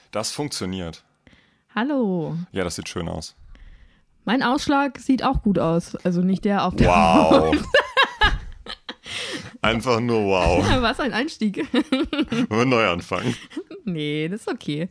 Das funktioniert. Hallo. Ja, das sieht schön aus. Mein Ausschlag sieht auch gut aus. Also nicht der auf der Wow. Einfach nur wow. Was ein Einstieg. Wollen wir neu anfangen? Nee, das ist okay.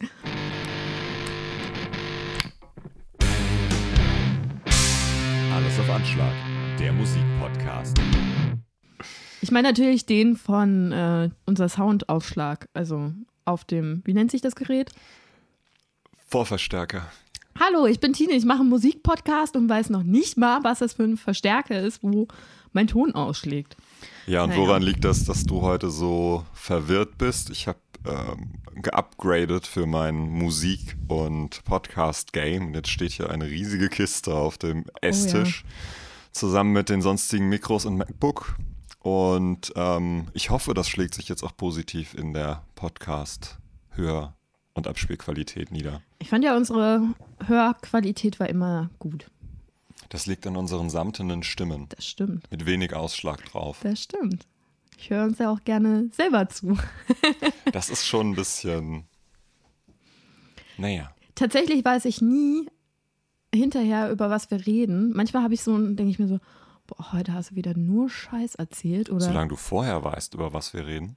Alles auf Anschlag. Der Musikpodcast. Ich meine natürlich den von unser Soundaufschlag. Also auf dem, wie nennt sich das Gerät? Vorverstärker. Hallo, ich bin Tine, ich mache einen Musikpodcast und weiß noch nicht mal, was das für ein Verstärker ist, wo mein Ton ausschlägt. Ja, und Naja. woran liegt das, dass du heute so verwirrt bist? Ich habe geupgradet für mein Musik- und Podcast-Game. Und jetzt steht hier eine riesige Kiste auf dem Esstisch, zusammen mit den sonstigen Mikros und MacBook. Und ich hoffe, das schlägt sich jetzt auch positiv in der Podcast-Hör- und Abspielqualität nieder. Ich fand ja, unsere Hörqualität war immer gut. Das liegt an unseren samtenen Stimmen. Das stimmt. Mit wenig Ausschlag drauf. Das stimmt. Ich höre uns ja auch gerne selber zu. Das ist schon ein bisschen, naja. Tatsächlich weiß ich nie hinterher, über was wir reden. Manchmal habe ich so, denke ich mir so, boah, heute hast du wieder nur Scheiß erzählt. Oder Solange du vorher weißt, über was wir reden.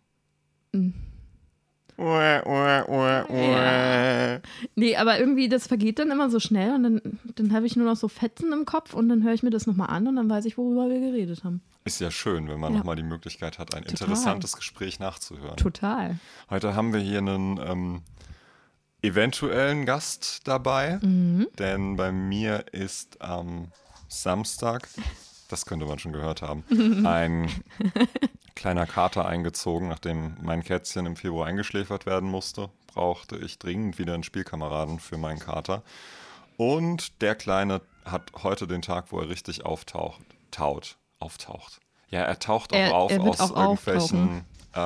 Ja. Nee, aber irgendwie, das vergeht dann immer so schnell und dann habe ich nur noch so Fetzen im Kopf und dann höre ich mir das nochmal an und dann weiß ich, worüber wir geredet haben. Ist ja schön, wenn man nochmal die Möglichkeit hat, ein interessantes Gespräch nachzuhören. Total. Heute haben wir hier einen eventuellen Gast dabei, denn bei mir ist am Samstag, das könnte man schon gehört haben, ein kleiner Kater eingezogen. Nachdem mein Kätzchen im Februar eingeschläfert werden musste, brauchte ich dringend wieder einen Spielkameraden für meinen Kater. Und der Kleine hat heute den Tag, wo er richtig auftaucht. Ja, er taucht auch er wird aus auch irgendwelchen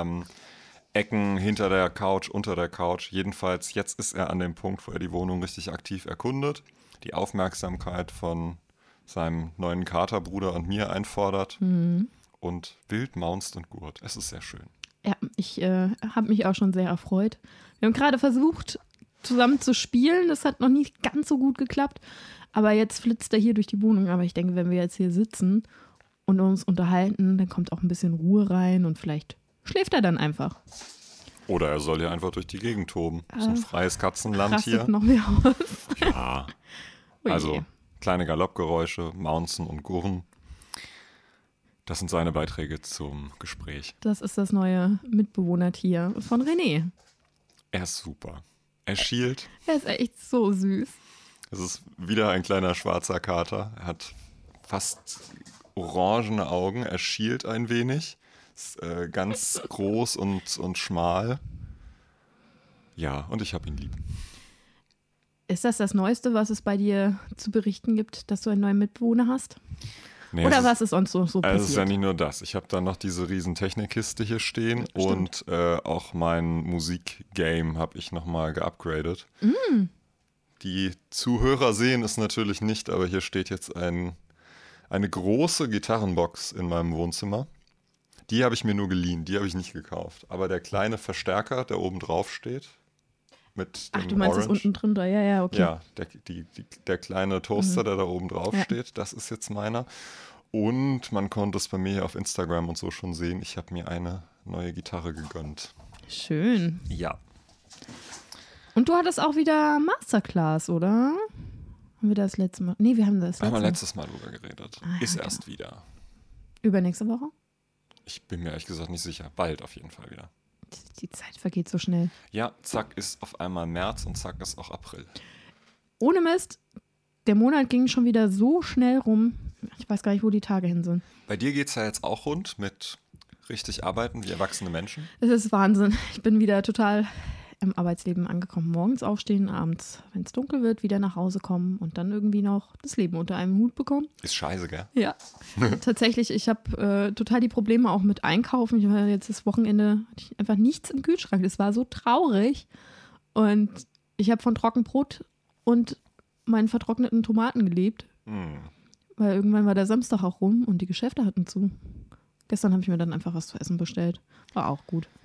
Ecken hinter der Couch, unter der Couch. Jedenfalls, jetzt ist er an dem Punkt, wo er die Wohnung richtig aktiv erkundet, die Aufmerksamkeit von seinem neuen Katerbruder und mir einfordert und wild maunzt und gurt. Es ist sehr schön. Ja, ich habe mich auch schon sehr erfreut. Wir haben gerade versucht, zusammen zu spielen. Das hat noch nicht ganz so gut geklappt. Aber jetzt flitzt er hier durch die Wohnung. Aber ich denke, wenn wir jetzt hier sitzen und uns unterhalten, dann kommt auch ein bisschen Ruhe rein und vielleicht schläft er dann einfach. Oder er soll ja einfach durch die Gegend toben. So ein freies Katzenland Rastet hier. noch mehr aus. Ja, Oje. also kleine Galoppgeräusche, Maunzen und Gurren. Das sind seine Beiträge zum Gespräch. Das ist das neue Mitbewohnertier von René. Er ist super. Er schielt. Er ist echt so süß. Es ist wieder ein kleiner schwarzer Kater. Er hat fast orangene Augen. Er schielt ein wenig. Ist ganz groß und schmal. Ja, und ich habe ihn lieb. Ist das Neueste, was es bei dir zu berichten gibt, dass du einen neuen Mitbewohner hast? Nee, Oder es was ist uns so Also passiert? es ist ja nicht nur das. Ich habe da noch diese riesen Technikkiste hier stehen und auch mein Musikgame habe ich nochmal geupgradet. Die Zuhörer sehen es natürlich nicht, aber hier steht jetzt eine große Gitarrenbox in meinem Wohnzimmer. Die habe ich mir nur geliehen, die habe ich nicht gekauft. Aber der kleine Verstärker, der oben drauf steht, mit dem Ach, du meinst das Orange. unten drin da? Ja, okay. Ja, der kleine Toaster, der da oben drauf Ja. steht, das ist jetzt meiner. Und man konnte es bei mir hier auf Instagram und so schon sehen, ich habe mir eine neue Gitarre gegönnt. Schön. Ja. Und du hattest auch wieder Masterclass, oder? Haben wir das letzte Mal? Nee, wir haben das Haben wir letzte letztes Mal drüber geredet. Ah, ja, Ist genau. erst wieder. Übernächste Woche? Ich bin mir ehrlich gesagt nicht sicher. Bald auf jeden Fall wieder. Die Zeit vergeht so schnell. Ja, zack ist auf einmal März und zack ist auch April. Ohne Mist, der Monat ging schon wieder so schnell rum. Ich weiß gar nicht, wo die Tage hin sind. Bei dir geht es ja jetzt auch rund mit richtig arbeiten wie erwachsene Menschen. Es ist Wahnsinn. Ich bin wieder total im Arbeitsleben angekommen. Morgens aufstehen, abends, wenn es dunkel wird, wieder nach Hause kommen und dann irgendwie noch das Leben unter einem Hut bekommen. Ist scheiße, gell? Ja, tatsächlich. Ich habe total die Probleme auch mit Einkaufen. Ich war jetzt das Wochenende, hatte ich einfach nichts im Kühlschrank. Das war so traurig. Und ich habe von Trockenbrot und meinen vertrockneten Tomaten gelebt. Weil irgendwann war der Samstag auch rum und die Geschäfte hatten zu. Gestern habe ich mir dann einfach was zu essen bestellt. War auch gut.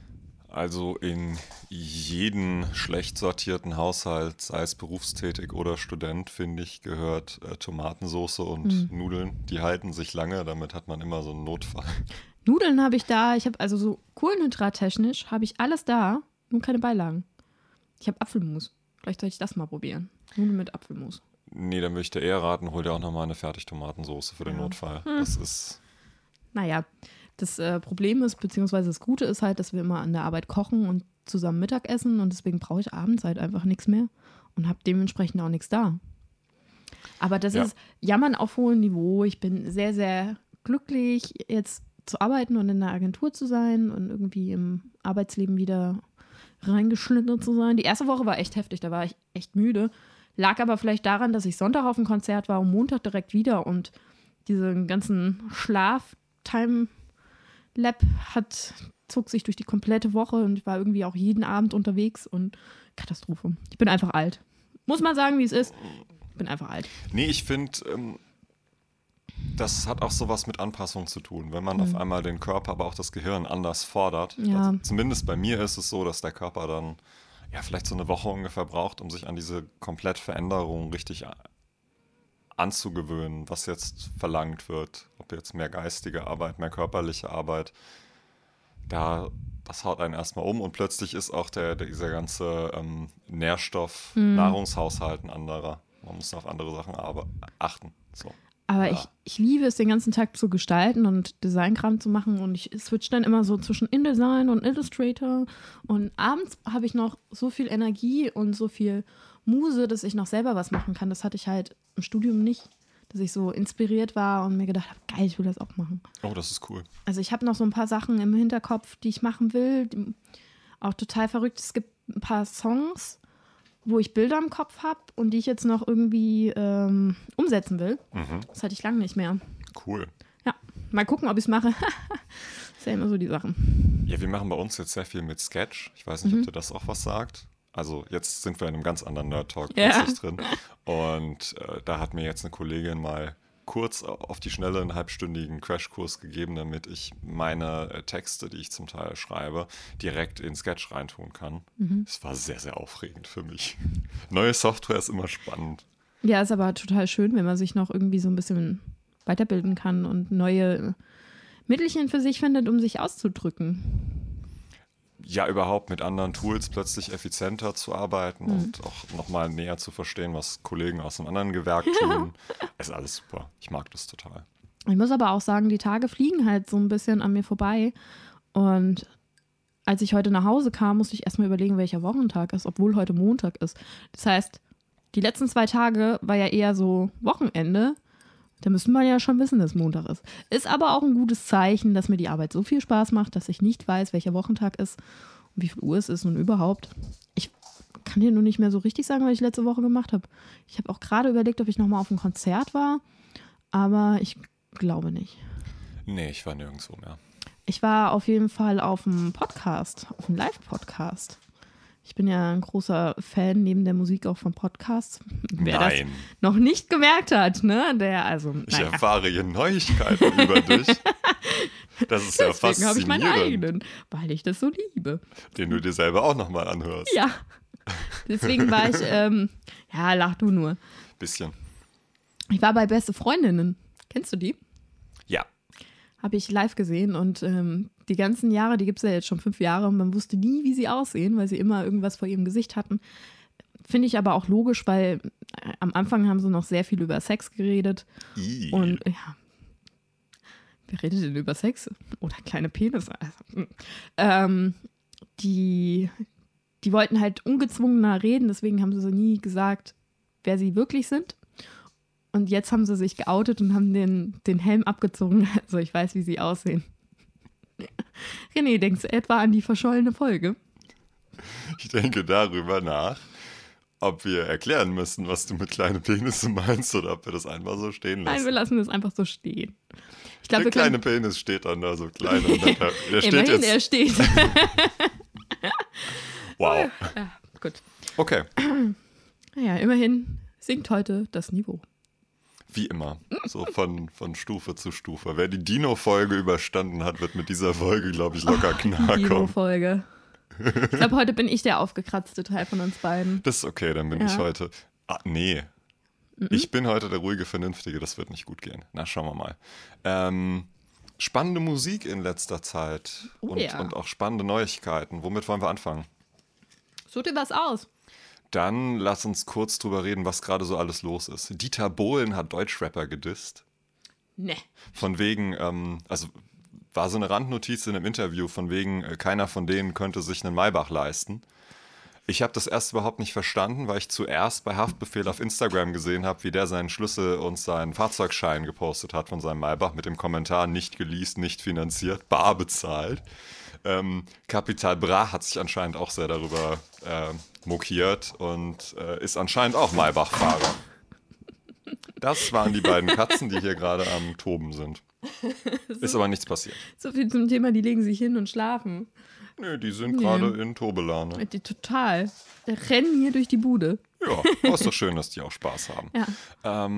Also in jeden schlecht sortierten Haushalt, sei es berufstätig oder Student, finde ich, gehört Tomatensauce und Nudeln. Die halten sich lange, damit hat man immer so einen Notfall. Nudeln habe ich da. Ich habe also so kohlenhydrattechnisch habe ich alles da, nur keine Beilagen. Ich habe Apfelmus. Vielleicht soll ich das mal probieren. Nudeln mit Apfelmus. Nee, dann würde ich dir eher raten, hol dir auch nochmal eine Fertigtomatensauce für den Notfall. Das ist... Naja, das Problem ist, beziehungsweise das Gute ist halt, dass wir immer an der Arbeit kochen und zusammen Mittag essen und deswegen brauche ich abends halt einfach nichts mehr und habe dementsprechend auch nichts da. Aber das ist Jammern auf hohem Niveau. Ich bin sehr, sehr glücklich, jetzt zu arbeiten und in der Agentur zu sein und irgendwie im Arbeitsleben wieder reingeschlittert zu sein. Die erste Woche war echt heftig, da war ich echt müde. Lag aber vielleicht daran, dass ich Sonntag auf dem Konzert war und Montag direkt wieder und diesen ganzen Schlaf-Time-Lab zog sich durch die komplette Woche und ich war irgendwie auch jeden Abend unterwegs und Katastrophe. Ich bin einfach alt. Muss man sagen, wie es ist. Ich bin einfach alt. Nee, ich finde, das hat auch sowas mit Anpassung zu tun, wenn man auf einmal den Körper, aber auch das Gehirn anders fordert. Ja. Also zumindest bei mir ist es so, dass der Körper dann vielleicht so eine Woche ungefähr braucht, um sich an diese Komplettveränderung richtig anzugewöhnen, was jetzt verlangt wird. Ob jetzt mehr geistige Arbeit, mehr körperliche Arbeit. Das haut einen erstmal um und plötzlich ist auch dieser ganze Nährstoff-Nahrungshaushalt ein anderer. Man muss auf andere Sachen achten. So. Aber ich liebe es, den ganzen Tag zu gestalten und Designkram zu machen und ich switch dann immer so zwischen InDesign und Illustrator und abends habe ich noch so viel Energie und so viel Muse, dass ich noch selber was machen kann. Das hatte ich halt im Studium nicht, dass ich so inspiriert war und mir gedacht habe, geil, ich will das auch machen. Oh, das ist cool. Also ich habe noch so ein paar Sachen im Hinterkopf, die ich machen will, auch total verrückt. Es gibt ein paar Songs, wo ich Bilder im Kopf habe und die ich jetzt noch irgendwie umsetzen will. Das hatte ich lange nicht mehr. Cool. Ja, mal gucken, ob ich es mache. Ist ja immer so die Sachen. Ja, wir machen bei uns jetzt sehr viel mit Sketch. Ich weiß nicht, ob dir das auch was sagt. Also jetzt sind wir in einem ganz anderen Nerd-Talk plötzlich drin. Und da hat mir jetzt eine Kollegin mal kurz auf die Schnelle einen halbstündigen Crashkurs gegeben, damit ich meine Texte, die ich zum Teil schreibe, direkt in Sketch reintun kann. Es war sehr, sehr aufregend für mich. Neue Software ist immer spannend. Ja, ist aber total schön, wenn man sich noch irgendwie so ein bisschen weiterbilden kann und neue Mittelchen für sich findet, um sich auszudrücken. Ja, überhaupt mit anderen Tools plötzlich effizienter zu arbeiten und auch nochmal näher zu verstehen, was Kollegen aus einem anderen Gewerk tun. Ist alles super. Ich mag das total. Ich muss aber auch sagen, die Tage fliegen halt so ein bisschen an mir vorbei. Und als ich heute nach Hause kam, musste ich erstmal überlegen, welcher Wochentag ist, obwohl heute Montag ist. Das heißt, die letzten 2 Tage war ja eher so Wochenende. Da müsste man ja schon wissen, dass Montag ist. Ist aber auch ein gutes Zeichen, dass mir die Arbeit so viel Spaß macht, dass ich nicht weiß, welcher Wochentag ist und wie viel Uhr es ist und überhaupt. Ich kann dir nur nicht mehr so richtig sagen, was ich letzte Woche gemacht habe. Ich habe auch gerade überlegt, ob ich nochmal auf einem Konzert war, aber ich glaube nicht. Nee, ich war nirgendwo mehr. Ich war auf jeden Fall auf einem Podcast, auf einem Live-Podcast. Ich bin ja ein großer Fan neben der Musik auch von Podcasts. Wer das noch nicht gemerkt hat, ne? Ich erfahre hier Neuigkeiten über dich. Das ist ja faszinierend. Deswegen habe ich meinen eigenen, weil ich das so liebe. Den du dir selber auch nochmal anhörst. Ja, deswegen war ich, lach du nur. Bisschen. Ich war bei Beste Freundinnen. Kennst du die? Ja. Habe ich live gesehen und die ganzen Jahre, die gibt es ja jetzt schon 5 Jahre und man wusste nie, wie sie aussehen, weil sie immer irgendwas vor ihrem Gesicht hatten. Finde ich aber auch logisch, weil am Anfang haben sie noch sehr viel über Sex geredet. Und ja, wer redet denn über Sex? Oder kleine Penisse? Die wollten halt ungezwungener reden, deswegen haben sie so nie gesagt, wer sie wirklich sind. Und jetzt haben sie sich geoutet und haben den Helm abgezogen. Also ich weiß, wie sie aussehen. René, denkst du etwa an die verschollene Folge? Ich denke darüber nach, ob wir erklären müssen, was du mit kleinen Penisse meinst oder ob wir das einfach so stehen lassen. Nein, wir lassen das einfach so stehen. Ich glaub, der kleine Penis steht dann da so klein. Und der steht immerhin, jetzt. er steht. Wow. Ja, gut. Okay. Naja, immerhin sinkt heute das Niveau. Wie immer. So von Stufe zu Stufe. Wer die Dino-Folge überstanden hat, wird mit dieser Folge, glaube ich, locker klar kommen. Dino-Folge. Ich glaube, heute bin ich der aufgekratzte Teil von uns beiden. Das ist okay, dann bin ich heute. Nee. Ich bin heute der ruhige, vernünftige, das wird nicht gut gehen. Na, schauen wir mal. Spannende Musik in letzter Zeit und auch spannende Neuigkeiten. Womit wollen wir anfangen? Such dir was aus. Dann lass uns kurz drüber reden, was gerade so alles los ist. Dieter Bohlen hat Deutschrapper gedisst. Ne. Von wegen, also war so eine Randnotiz in einem Interview, von wegen, keiner von denen könnte sich einen Maybach leisten. Ich habe das erst überhaupt nicht verstanden, weil ich zuerst bei Haftbefehl auf Instagram gesehen habe, wie der seinen Schlüssel und seinen Fahrzeugschein gepostet hat von seinem Maybach mit dem Kommentar nicht geleast, nicht finanziert, bar bezahlt. Capital Bra hat sich anscheinend auch sehr darüber mokiert und ist anscheinend auch Maybach-Fahrer. Das waren die beiden Katzen, die hier gerade am Toben sind. Ist aber nichts passiert. So viel zum Thema, die legen sich hin und schlafen. Nö, die sind gerade in Tobelane. Die total. Die rennen hier durch die Bude. Ja, aber ist doch schön, dass die auch Spaß haben. Ja.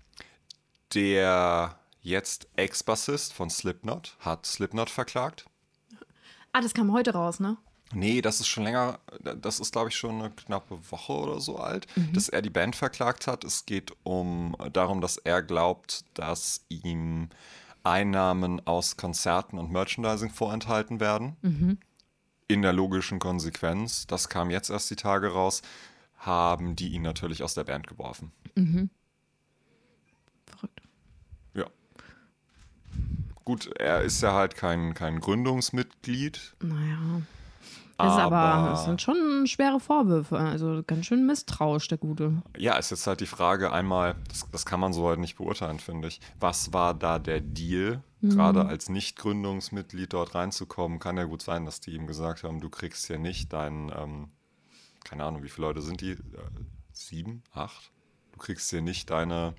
Der jetzt Ex-Bassist von Slipknot hat Slipknot verklagt. Ah, das kam heute raus, ne? Nee, das ist schon länger, das ist glaube ich schon eine knappe Woche oder so alt, dass er die Band verklagt hat. Es geht darum, dass er glaubt, dass ihm Einnahmen aus Konzerten und Merchandising vorenthalten werden. In der logischen Konsequenz, das kam jetzt erst die Tage raus, haben die ihn natürlich aus der Band geworfen. Verrückt. Ja. Gut, er ist ja halt kein Gründungsmitglied. Naja. Das sind schon schwere Vorwürfe. Also ganz schön misstrauisch, der Gute. Ja, ist jetzt halt die Frage einmal, das kann man so halt nicht beurteilen, finde ich. Was war da der Deal? Gerade als Nicht-Gründungsmitglied dort reinzukommen, kann ja gut sein, dass die ihm gesagt haben, du kriegst hier nicht deinen, keine Ahnung, wie viele Leute sind die? 7, 8? Du kriegst hier nicht deine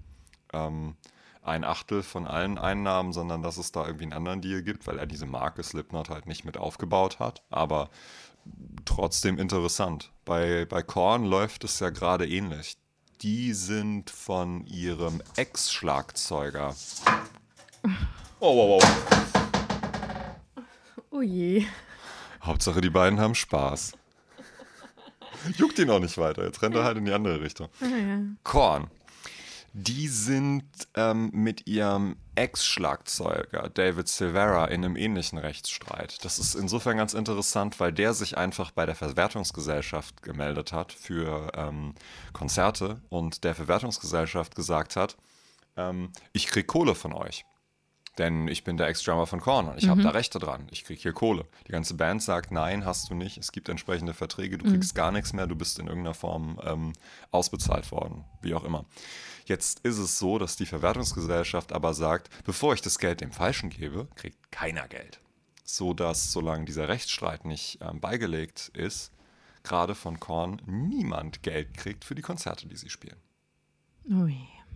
1/8 von allen Einnahmen, sondern dass es da irgendwie einen anderen Deal gibt, weil er diese Marke Slipknot halt nicht mit aufgebaut hat. Aber trotzdem interessant. Bei Korn läuft es ja gerade ähnlich. Die sind von ihrem Ex-Schlagzeuger. Oh, wow. Oh je. Hauptsache, die beiden haben Spaß. Juckt ihn auch nicht weiter. Jetzt rennt er halt in die andere Richtung. Korn. Die sind mit ihrem Ex-Schlagzeuger David Silvera in einem ähnlichen Rechtsstreit. Das ist insofern ganz interessant, weil der sich einfach bei der Verwertungsgesellschaft gemeldet hat für Konzerte und der Verwertungsgesellschaft gesagt hat, ich krieg Kohle von euch. Denn ich bin der Ex-Drummer von Korn und ich habe da Rechte dran. Ich kriege hier Kohle. Die ganze Band sagt, nein, hast du nicht. Es gibt entsprechende Verträge, du kriegst gar nichts mehr. Du bist in irgendeiner Form ausbezahlt worden, wie auch immer. Jetzt ist es so, dass die Verwertungsgesellschaft aber sagt, bevor ich das Geld dem Falschen gebe, kriegt keiner Geld. Sodass, solange dieser Rechtsstreit nicht beigelegt ist, gerade von Korn niemand Geld kriegt für die Konzerte, die sie spielen. Ui.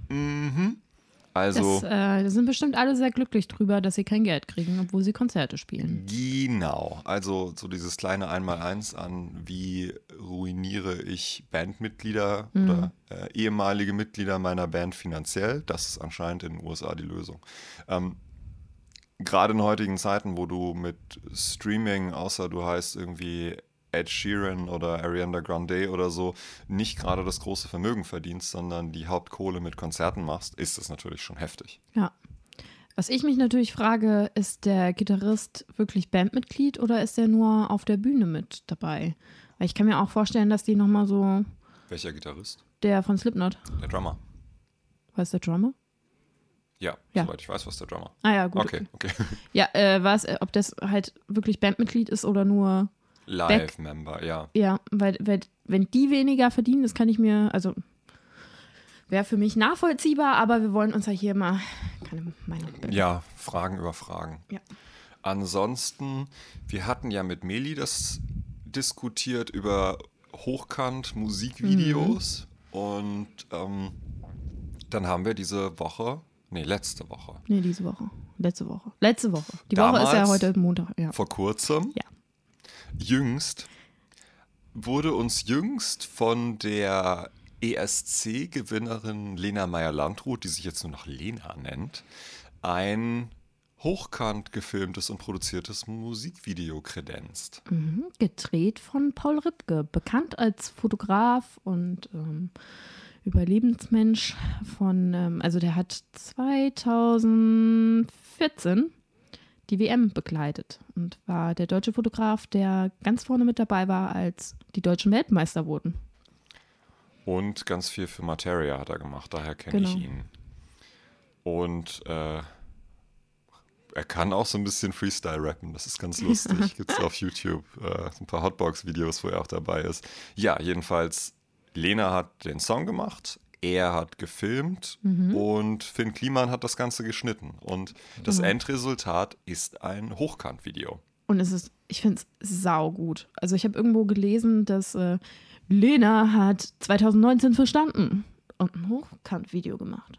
Also, da sind bestimmt alle sehr glücklich drüber, dass sie kein Geld kriegen, obwohl sie Konzerte spielen. Genau. Also so dieses kleine Einmaleins an, wie ruiniere ich Bandmitglieder oder ehemalige Mitglieder meiner Band finanziell. Das ist anscheinend in den USA die Lösung. Gerade in heutigen Zeiten, wo du mit Streaming, außer du heißt irgendwie Ed Sheeran oder Ariana Grande oder so, nicht gerade das große Vermögen verdienst, sondern die Hauptkohle mit Konzerten machst, ist das natürlich schon heftig. Ja. Was ich mich natürlich frage, ist der Gitarrist wirklich Bandmitglied oder ist er nur auf der Bühne mit dabei? Weil ich kann mir auch vorstellen, dass die nochmal so... Welcher Gitarrist? Der von Slipknot. Der Drummer. Was ist der Drummer? Ja, soweit ich weiß, was der Drummer. Ah ja, gut. Okay. Ja, ob das halt wirklich Bandmitglied ist oder nur... Live-Member, ja. Ja, weil wenn die weniger verdienen, das kann ich mir, also wäre für mich nachvollziehbar, aber wir wollen uns ja hier mal keine Meinung bilden. Ja, Fragen über Fragen. Ja. Ansonsten, wir hatten ja mit Meli das diskutiert über Hochkant-Musikvideos und dann haben wir diese Woche, letzte Woche. Letzte Woche. Die Woche ist ja heute Montag. Ja. Vor kurzem. Ja. Wurde uns von der ESC-Gewinnerin Lena Meyer-Landrut, die sich jetzt nur noch Lena nennt, ein hochkant gefilmtes und produziertes Musikvideo kredenzt. Gedreht von Paul Ripke, bekannt als Fotograf und Überlebensmensch also der hat 2014 die WM begleitet und war der deutsche Fotograf, der ganz vorne mit dabei war, als die deutschen Weltmeister wurden. Und ganz viel für Materia hat er gemacht, daher kenne ich ihn. Und er kann auch so ein bisschen Freestyle rappen, das ist ganz lustig. Gibt es auf YouTube ein paar Hotbox-Videos, wo er auch dabei ist. Ja, jedenfalls, Lena hat den Song gemacht, er hat gefilmt und Finn Kliman hat das Ganze geschnitten. Und das Endresultat ist ein Hochkant-Video. Und ich finde es saugut. Also ich habe irgendwo gelesen, dass Lena hat 2019 verstanden und ein Hochkant-Video gemacht.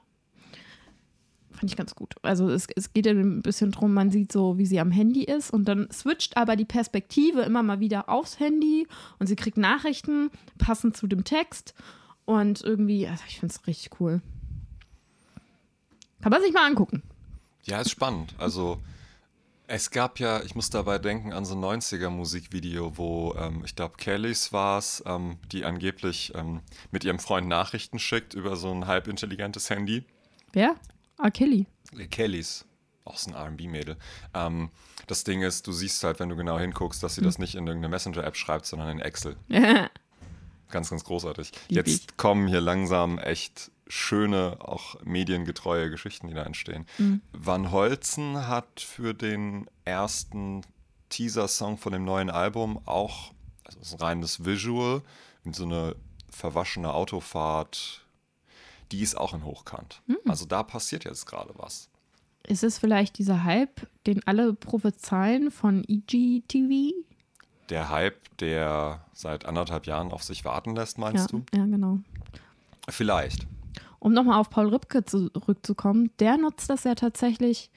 Fand ich ganz gut. Also es geht ja ein bisschen drum, man sieht so, wie sie am Handy ist und dann switcht aber die Perspektive immer mal wieder aufs Handy und sie kriegt Nachrichten passend zu dem Text und irgendwie, also ich finde es richtig cool. Kann man sich mal angucken. Ja, ist spannend. Also es gab ja, ich muss dabei denken an so ein 90er-Musikvideo, wo ich glaube Kellys war es, die angeblich mit ihrem Freund Nachrichten schickt über so ein halbintelligentes Handy. Wer? Ah, Kelly. Kellys, auch so ein R&B-Mädel. Das Ding ist, du siehst halt, wenn du genau hinguckst, dass sie das nicht in irgendeine Messenger-App schreibt, sondern in Excel. Ganz, ganz großartig. Jetzt kommen hier langsam echt schöne, auch mediengetreue Geschichten, die da entstehen. Van Holzen hat für den ersten Teaser-Song von dem neuen Album auch, also ein reines Visual, mit so eine verwaschene Autofahrt, die ist auch in Hochkant. Also da passiert jetzt gerade was. Ist es vielleicht dieser Hype, den alle prophezeien von IGTV? Der Hype, der seit 1,5 Jahren auf sich warten lässt, meinst du? Ja, genau. Vielleicht. Um nochmal auf Paul Ripke zurückzukommen, der nutzt das ja tatsächlich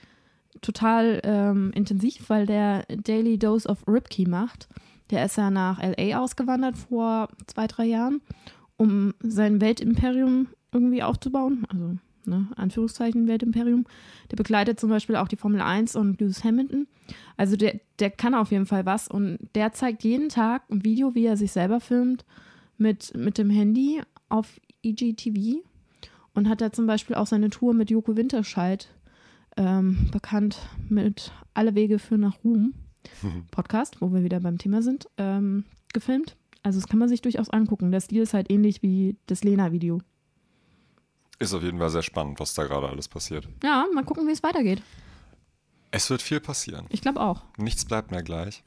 total intensiv, weil der Daily Dose of Ripke macht. Der ist ja nach L.A. ausgewandert vor 2-3 Jahren, um sein Weltimperium irgendwie aufzubauen. Also, Anführungszeichen Weltimperium. Der begleitet zum Beispiel auch die Formel 1 und Lewis Hamilton. Also der kann auf jeden Fall was und der zeigt jeden Tag ein Video, wie er sich selber filmt mit dem Handy auf IGTV und hat da zum Beispiel auch seine Tour mit Joko Winterscheid, bekannt mit Alle Wege führen nach Ruhm, Podcast, wo wir wieder beim Thema sind, gefilmt. Also das kann man sich durchaus angucken. Der Stil ist halt ähnlich wie das Lena-Video. Ist auf jeden Fall sehr spannend, was da gerade alles passiert. Ja, mal gucken, wie es weitergeht. Es wird viel passieren. Ich glaube auch. Nichts bleibt mehr gleich.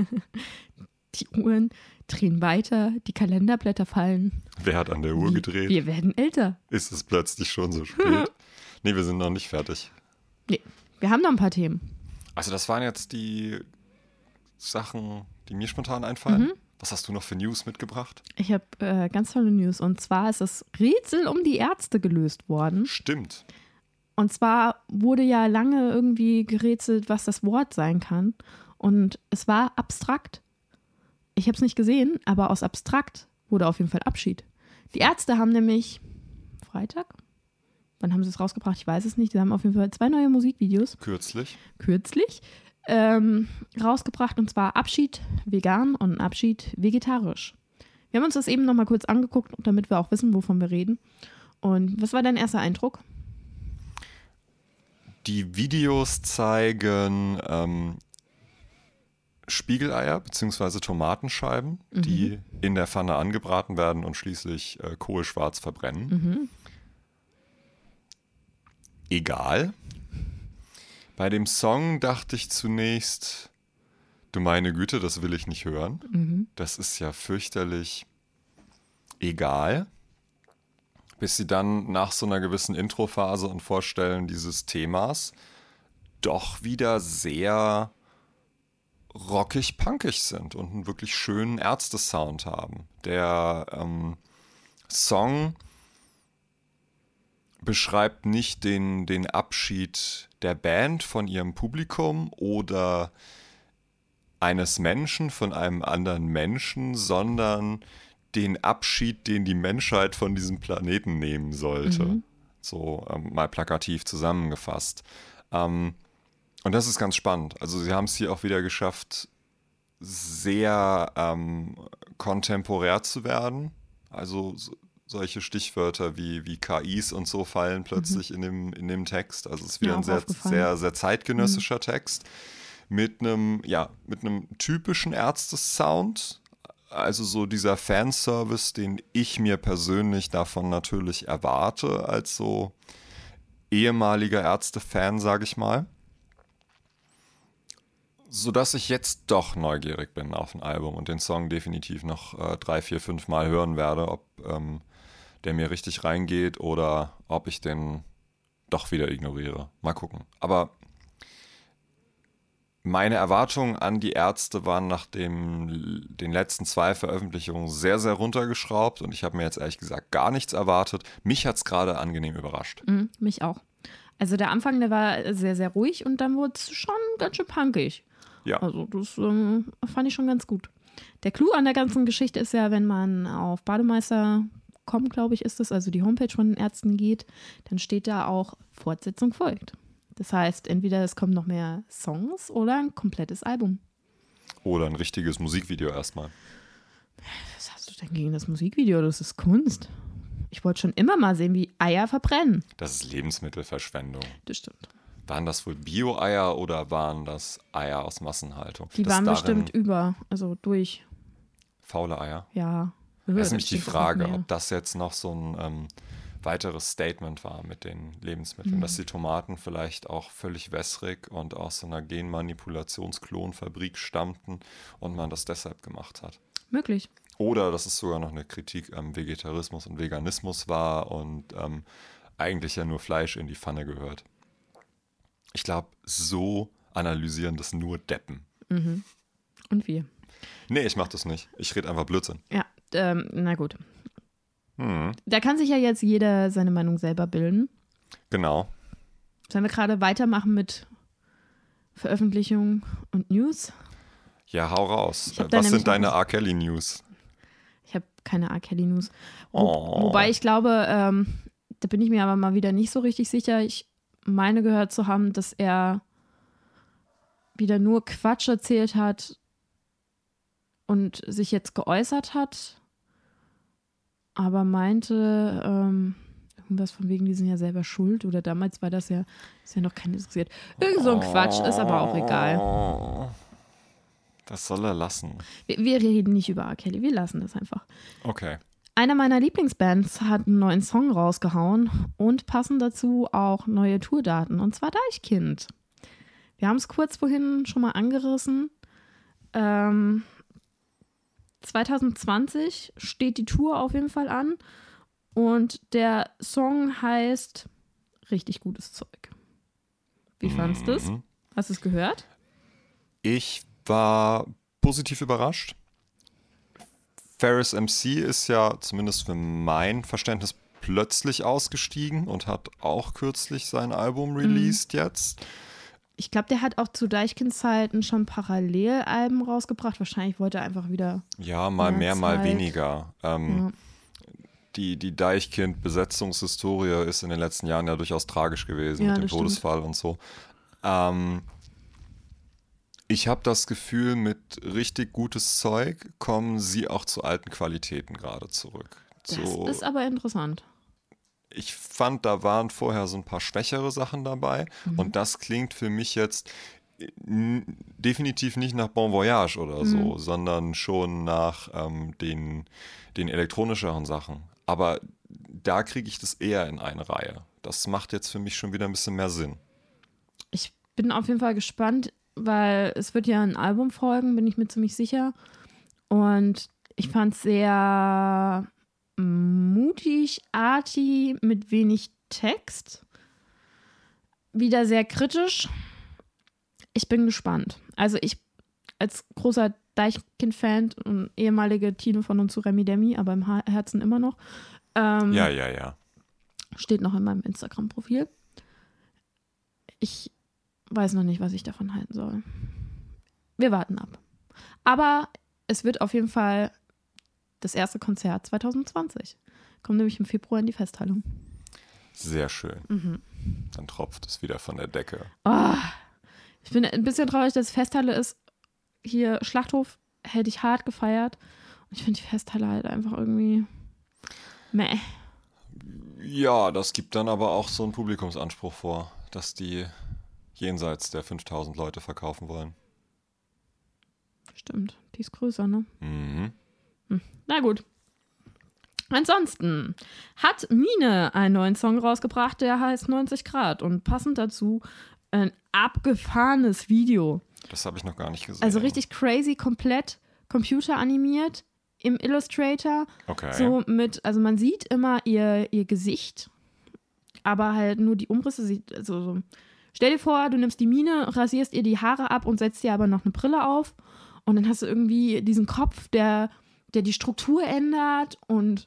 Die Uhren drehen weiter, die Kalenderblätter fallen. Wer hat an der Uhr gedreht? Wir werden älter. Ist es plötzlich schon so spät? Nee, wir sind noch nicht fertig. Nee, wir haben noch ein paar Themen. Also das waren jetzt die Sachen, die mir spontan einfallen. Was hast du noch für News mitgebracht? Ich habe ganz tolle News. Und zwar ist das Rätsel um die Ärzte gelöst worden. Stimmt. Und zwar wurde ja lange irgendwie gerätselt, was das Wort sein kann. Und es war abstrakt. Ich habe es nicht gesehen, aber aus abstrakt wurde auf jeden Fall Abschied. Die Ärzte haben nämlich Freitag, wann haben sie es rausgebracht? Ich weiß es nicht. Sie haben auf jeden Fall 2 neue Musikvideos. Kürzlich. Rausgebracht, und zwar Abschied vegan und Abschied vegetarisch. Wir haben uns das eben nochmal kurz angeguckt, damit wir auch wissen, wovon wir reden. Und was war dein erster Eindruck? Die Videos zeigen Spiegeleier bzw. Tomatenscheiben, die in der Pfanne angebraten werden und schließlich kohlschwarz verbrennen. Egal. Bei dem Song dachte ich zunächst, du meine Güte, das will ich nicht hören. Das ist ja fürchterlich egal. Bis sie dann nach so einer gewissen Introphase und Vorstellen dieses Themas doch wieder sehr rockig-punkig sind und einen wirklich schönen Ärzte-Sound haben. Der Song beschreibt nicht den Abschied der Band von ihrem Publikum oder eines Menschen von einem anderen Menschen, sondern den Abschied, den die Menschheit von diesem Planeten nehmen sollte. So mal plakativ zusammengefasst. Und das ist ganz spannend. Also sie haben es hier auch wieder geschafft, sehr kontemporär zu werden. Also solche Stichwörter wie KIs und so fallen plötzlich in dem Text. Also es ist wieder Mir ein auch sehr, aufgefallen. sehr, sehr zeitgenössischer Text mit einem typischen Ärzte-Sound. Also so dieser Fanservice, den ich mir persönlich davon natürlich erwarte, als so ehemaliger Ärzte-Fan, sage ich mal. Sodass ich jetzt doch neugierig bin auf ein Album und den Song definitiv noch 3, 4, 5 Mal hören werde, ob der mir richtig reingeht oder ob ich den doch wieder ignoriere. Mal gucken. Aber meine Erwartungen an die Ärzte waren nach den letzten 2 Veröffentlichungen sehr, sehr runtergeschraubt und ich habe mir jetzt ehrlich gesagt gar nichts erwartet. Mich hat es gerade angenehm überrascht. Mich auch. Also der Anfang, der war sehr, sehr ruhig und dann wurde es schon ganz schön punkig. Ja. Also das fand ich schon ganz gut. Der Clou an der ganzen Geschichte ist ja, wenn man auf Bademeister.com, glaube ich, ist es, also die Homepage von den Ärzten geht, dann steht da auch Fortsetzung folgt. Das heißt, entweder es kommen noch mehr Songs oder ein komplettes Album. Oder ein richtiges Musikvideo erstmal. Was hast du denn gegen das Musikvideo? Das ist Kunst. Ich wollte schon immer mal sehen, wie Eier verbrennen. Das ist Lebensmittelverschwendung. Das stimmt. Waren das wohl Bio-Eier oder waren das Eier aus Massenhaltung? Die waren bestimmt durch. Faule Eier? Ja. Das ist nämlich die Frage, ob das jetzt noch so ein weiteres Statement war mit den Lebensmitteln, dass die Tomaten vielleicht auch völlig wässrig und aus so einer Genmanipulationsklonfabrik stammten und man das deshalb gemacht hat. Möglich. Oder dass es sogar noch eine Kritik am Vegetarismus und Veganismus war und eigentlich ja nur Fleisch in die Pfanne gehört. Ich glaube, so analysieren das nur Deppen. Und wir. Nee, ich mach das nicht. Ich rede einfach Blödsinn. Ja, na gut. Da kann sich ja jetzt jeder seine Meinung selber bilden. Genau. Sollen wir gerade weitermachen mit Veröffentlichung und News? Ja, hau raus. hab da Was nämlich sind deine noch R. Kelly News? Ich habe keine R. Kelly News. Oh. Wobei ich glaube, da bin ich mir aber mal wieder nicht so richtig sicher. Ich meine gehört zu haben, dass er wieder nur Quatsch erzählt hat und sich jetzt geäußert hat, aber meinte, irgendwas von wegen, die sind ja selber schuld oder damals war das ja, ist ja noch keiner interessiert. Irgend so ein Quatsch, ist aber auch egal. Das soll er lassen. Wir reden nicht über R. Kelly, wir lassen das einfach. Okay. Eine meiner Lieblingsbands hat einen neuen Song rausgehauen und passend dazu auch neue Tourdaten, und zwar Deichkind. Wir haben es kurz vorhin schon mal angerissen. 2020 steht die Tour auf jeden Fall an und der Song heißt Richtig gutes Zeug. Wie fandest du es? Hast du es gehört? Ich war positiv überrascht. Ferris MC ist ja zumindest für mein Verständnis plötzlich ausgestiegen und hat auch kürzlich sein Album released jetzt. Ich glaube, der hat auch zu Deichkind-Zeiten schon Parallelalben rausgebracht. Wahrscheinlich wollte er einfach wieder. Ja, mal mehr, mal Zeit. weniger. Die Deichkind-Besetzungshistorie ist in den letzten Jahren ja durchaus tragisch gewesen mit dem Todesfall und so. Ich habe das Gefühl, mit richtig gutes Zeug kommen sie auch zu alten Qualitäten gerade zurück. Das ist aber interessant. Ich fand, da waren vorher so ein paar schwächere Sachen dabei und das klingt für mich jetzt definitiv nicht nach Bon Voyage oder so, sondern schon nach den elektronischeren Sachen. Aber da kriege ich das eher in eine Reihe. Das macht jetzt für mich schon wieder ein bisschen mehr Sinn. Ich bin auf jeden Fall gespannt, weil es wird ja ein Album folgen, bin ich mir ziemlich sicher. Und ich fand es sehr mutig, arty, mit wenig Text. Wieder sehr kritisch. Ich bin gespannt. Also ich als großer Deichkind-Fan und ehemalige Tine von und zu Remi Demi, aber im Herzen immer noch. Ja. Steht noch in meinem Instagram-Profil. Ich weiß noch nicht, was ich davon halten soll. Wir warten ab. Aber es wird auf jeden Fall das erste Konzert 2020. Kommt nämlich im Februar in die Ich bin ein bisschen traurig, dass Festhalle ist. Hier Schlachthof hätte ich hart gefeiert. Und ich finde die Festhalle halt einfach irgendwie meh. Ja, das gibt dann aber auch so einen Publikumsanspruch vor, dass die jenseits der 5000 Leute verkaufen wollen. Stimmt, die ist größer, ne? Mhm. Na gut. Ansonsten hat Mine einen neuen Song rausgebracht, der heißt 90 Grad und passend dazu ein abgefahrenes Video. Das habe ich noch gar nicht gesehen. Also richtig crazy, komplett computeranimiert im Illustrator. Okay. So also man sieht immer ihr Gesicht, aber halt nur die Umrisse. So. Stell dir vor, du nimmst die Mine, rasierst ihr die Haare ab und setzt dir aber noch eine Brille auf und dann hast du irgendwie diesen Kopf, der die Struktur ändert und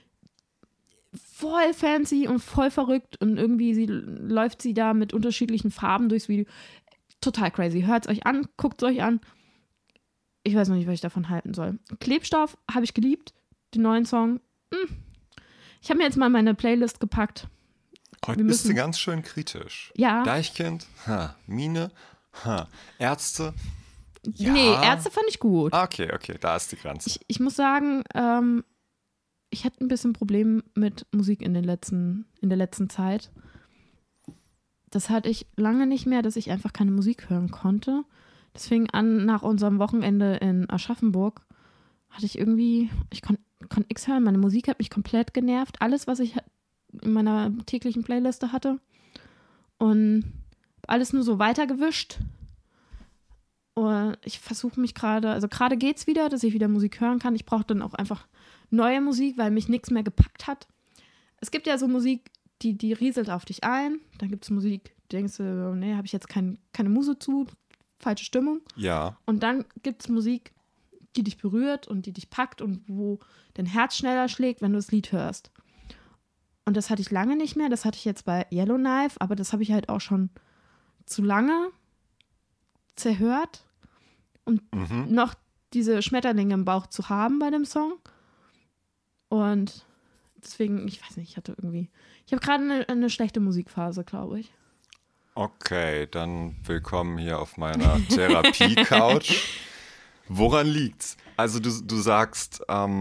voll fancy und voll verrückt und irgendwie läuft sie da mit unterschiedlichen Farben durchs Video. Total crazy. Hört es euch an, guckt es euch an. Ich weiß noch nicht, was ich davon halten soll. Klebstoff habe ich geliebt, den neuen Song. Ich habe mir jetzt mal meine Playlist gepackt. Heute bist du ganz schön kritisch. Ja. Deichkind, Mine, Ärzte. Ja. Nee, Ärzte fand ich gut. Okay, da ist die Grenze. Ich muss sagen, ich hatte ein bisschen Problem mit Musik in der letzten Zeit. Das hatte ich lange nicht mehr, dass ich einfach keine Musik hören konnte. Das fing an nach unserem Wochenende in Aschaffenburg. Hatte ich irgendwie, ich konnte nichts hören. Meine Musik hat mich komplett genervt. Alles, was ich in meiner täglichen Playliste hatte. Und alles nur so weitergewischt. Und ich versuche mich gerade geht's wieder, dass ich wieder Musik hören kann. Ich brauche dann auch einfach neue Musik, weil mich nichts mehr gepackt hat. Es gibt ja so Musik, die rieselt auf dich ein. Dann gibt es Musik, denkst du, nee, habe ich jetzt keine Muse zu, falsche Stimmung. Ja. Und dann gibt es Musik, die dich berührt und die dich packt und wo dein Herz schneller schlägt, wenn du das Lied hörst. Und das hatte ich lange nicht mehr. Das hatte ich jetzt bei Yellowknife, aber das habe ich halt auch schon zu lange zerhört. Und noch diese Schmetterlinge im Bauch zu haben bei dem Song. Und deswegen, ich weiß nicht, ich habe gerade eine schlechte Musikphase, glaube ich. Okay, dann willkommen hier auf meiner Therapie-Couch. Woran liegt's? Also du sagst,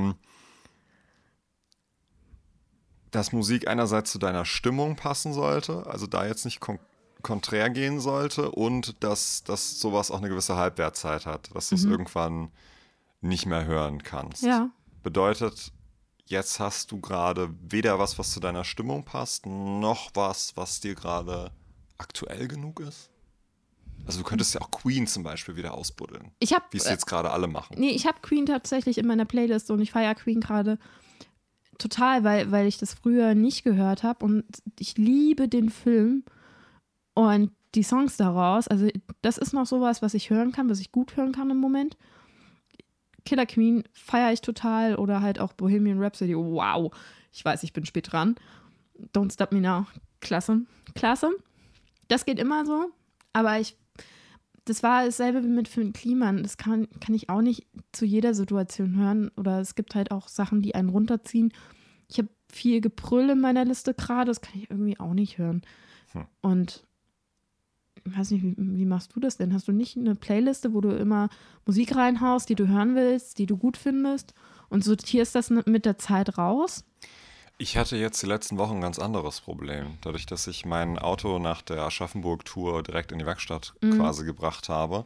dass Musik einerseits zu deiner Stimmung passen sollte, also da jetzt nicht konträr gehen sollte und dass sowas auch eine gewisse Halbwertzeit hat, dass du es irgendwann nicht mehr hören kannst. Ja. Bedeutet, jetzt hast du gerade weder was zu deiner Stimmung passt, noch was dir gerade aktuell genug ist? Also du könntest ja auch Queen zum Beispiel wieder ausbuddeln, wie es jetzt gerade alle machen. Nee, ich habe Queen tatsächlich in meiner Playlist und ich feiere Queen gerade total, weil ich das früher nicht gehört habe und ich liebe den Film und die Songs daraus. Also das ist noch sowas, was ich hören kann, was ich gut hören kann im Moment. Killer Queen feiere ich total oder halt auch Bohemian Rhapsody. Wow, ich weiß, ich bin spät dran. Don't Stop Me Now. Klasse. Das geht immer so, aber das war dasselbe wie mit Finn Kliman. Das kann ich auch nicht zu jeder Situation hören. Oder es gibt halt auch Sachen, die einen runterziehen. Ich habe viel Gebrüll in meiner Liste gerade, das kann ich irgendwie auch nicht hören. Und ich weiß nicht, wie machst du das denn? Hast du nicht eine Playliste, wo du immer Musik reinhaust, die du hören willst, die du gut findest und sortierst das mit der Zeit raus? Ich hatte jetzt die letzten Wochen ein ganz anderes Problem. Dadurch, dass ich mein Auto nach der Aschaffenburg-Tour direkt in die Werkstatt quasi gebracht habe,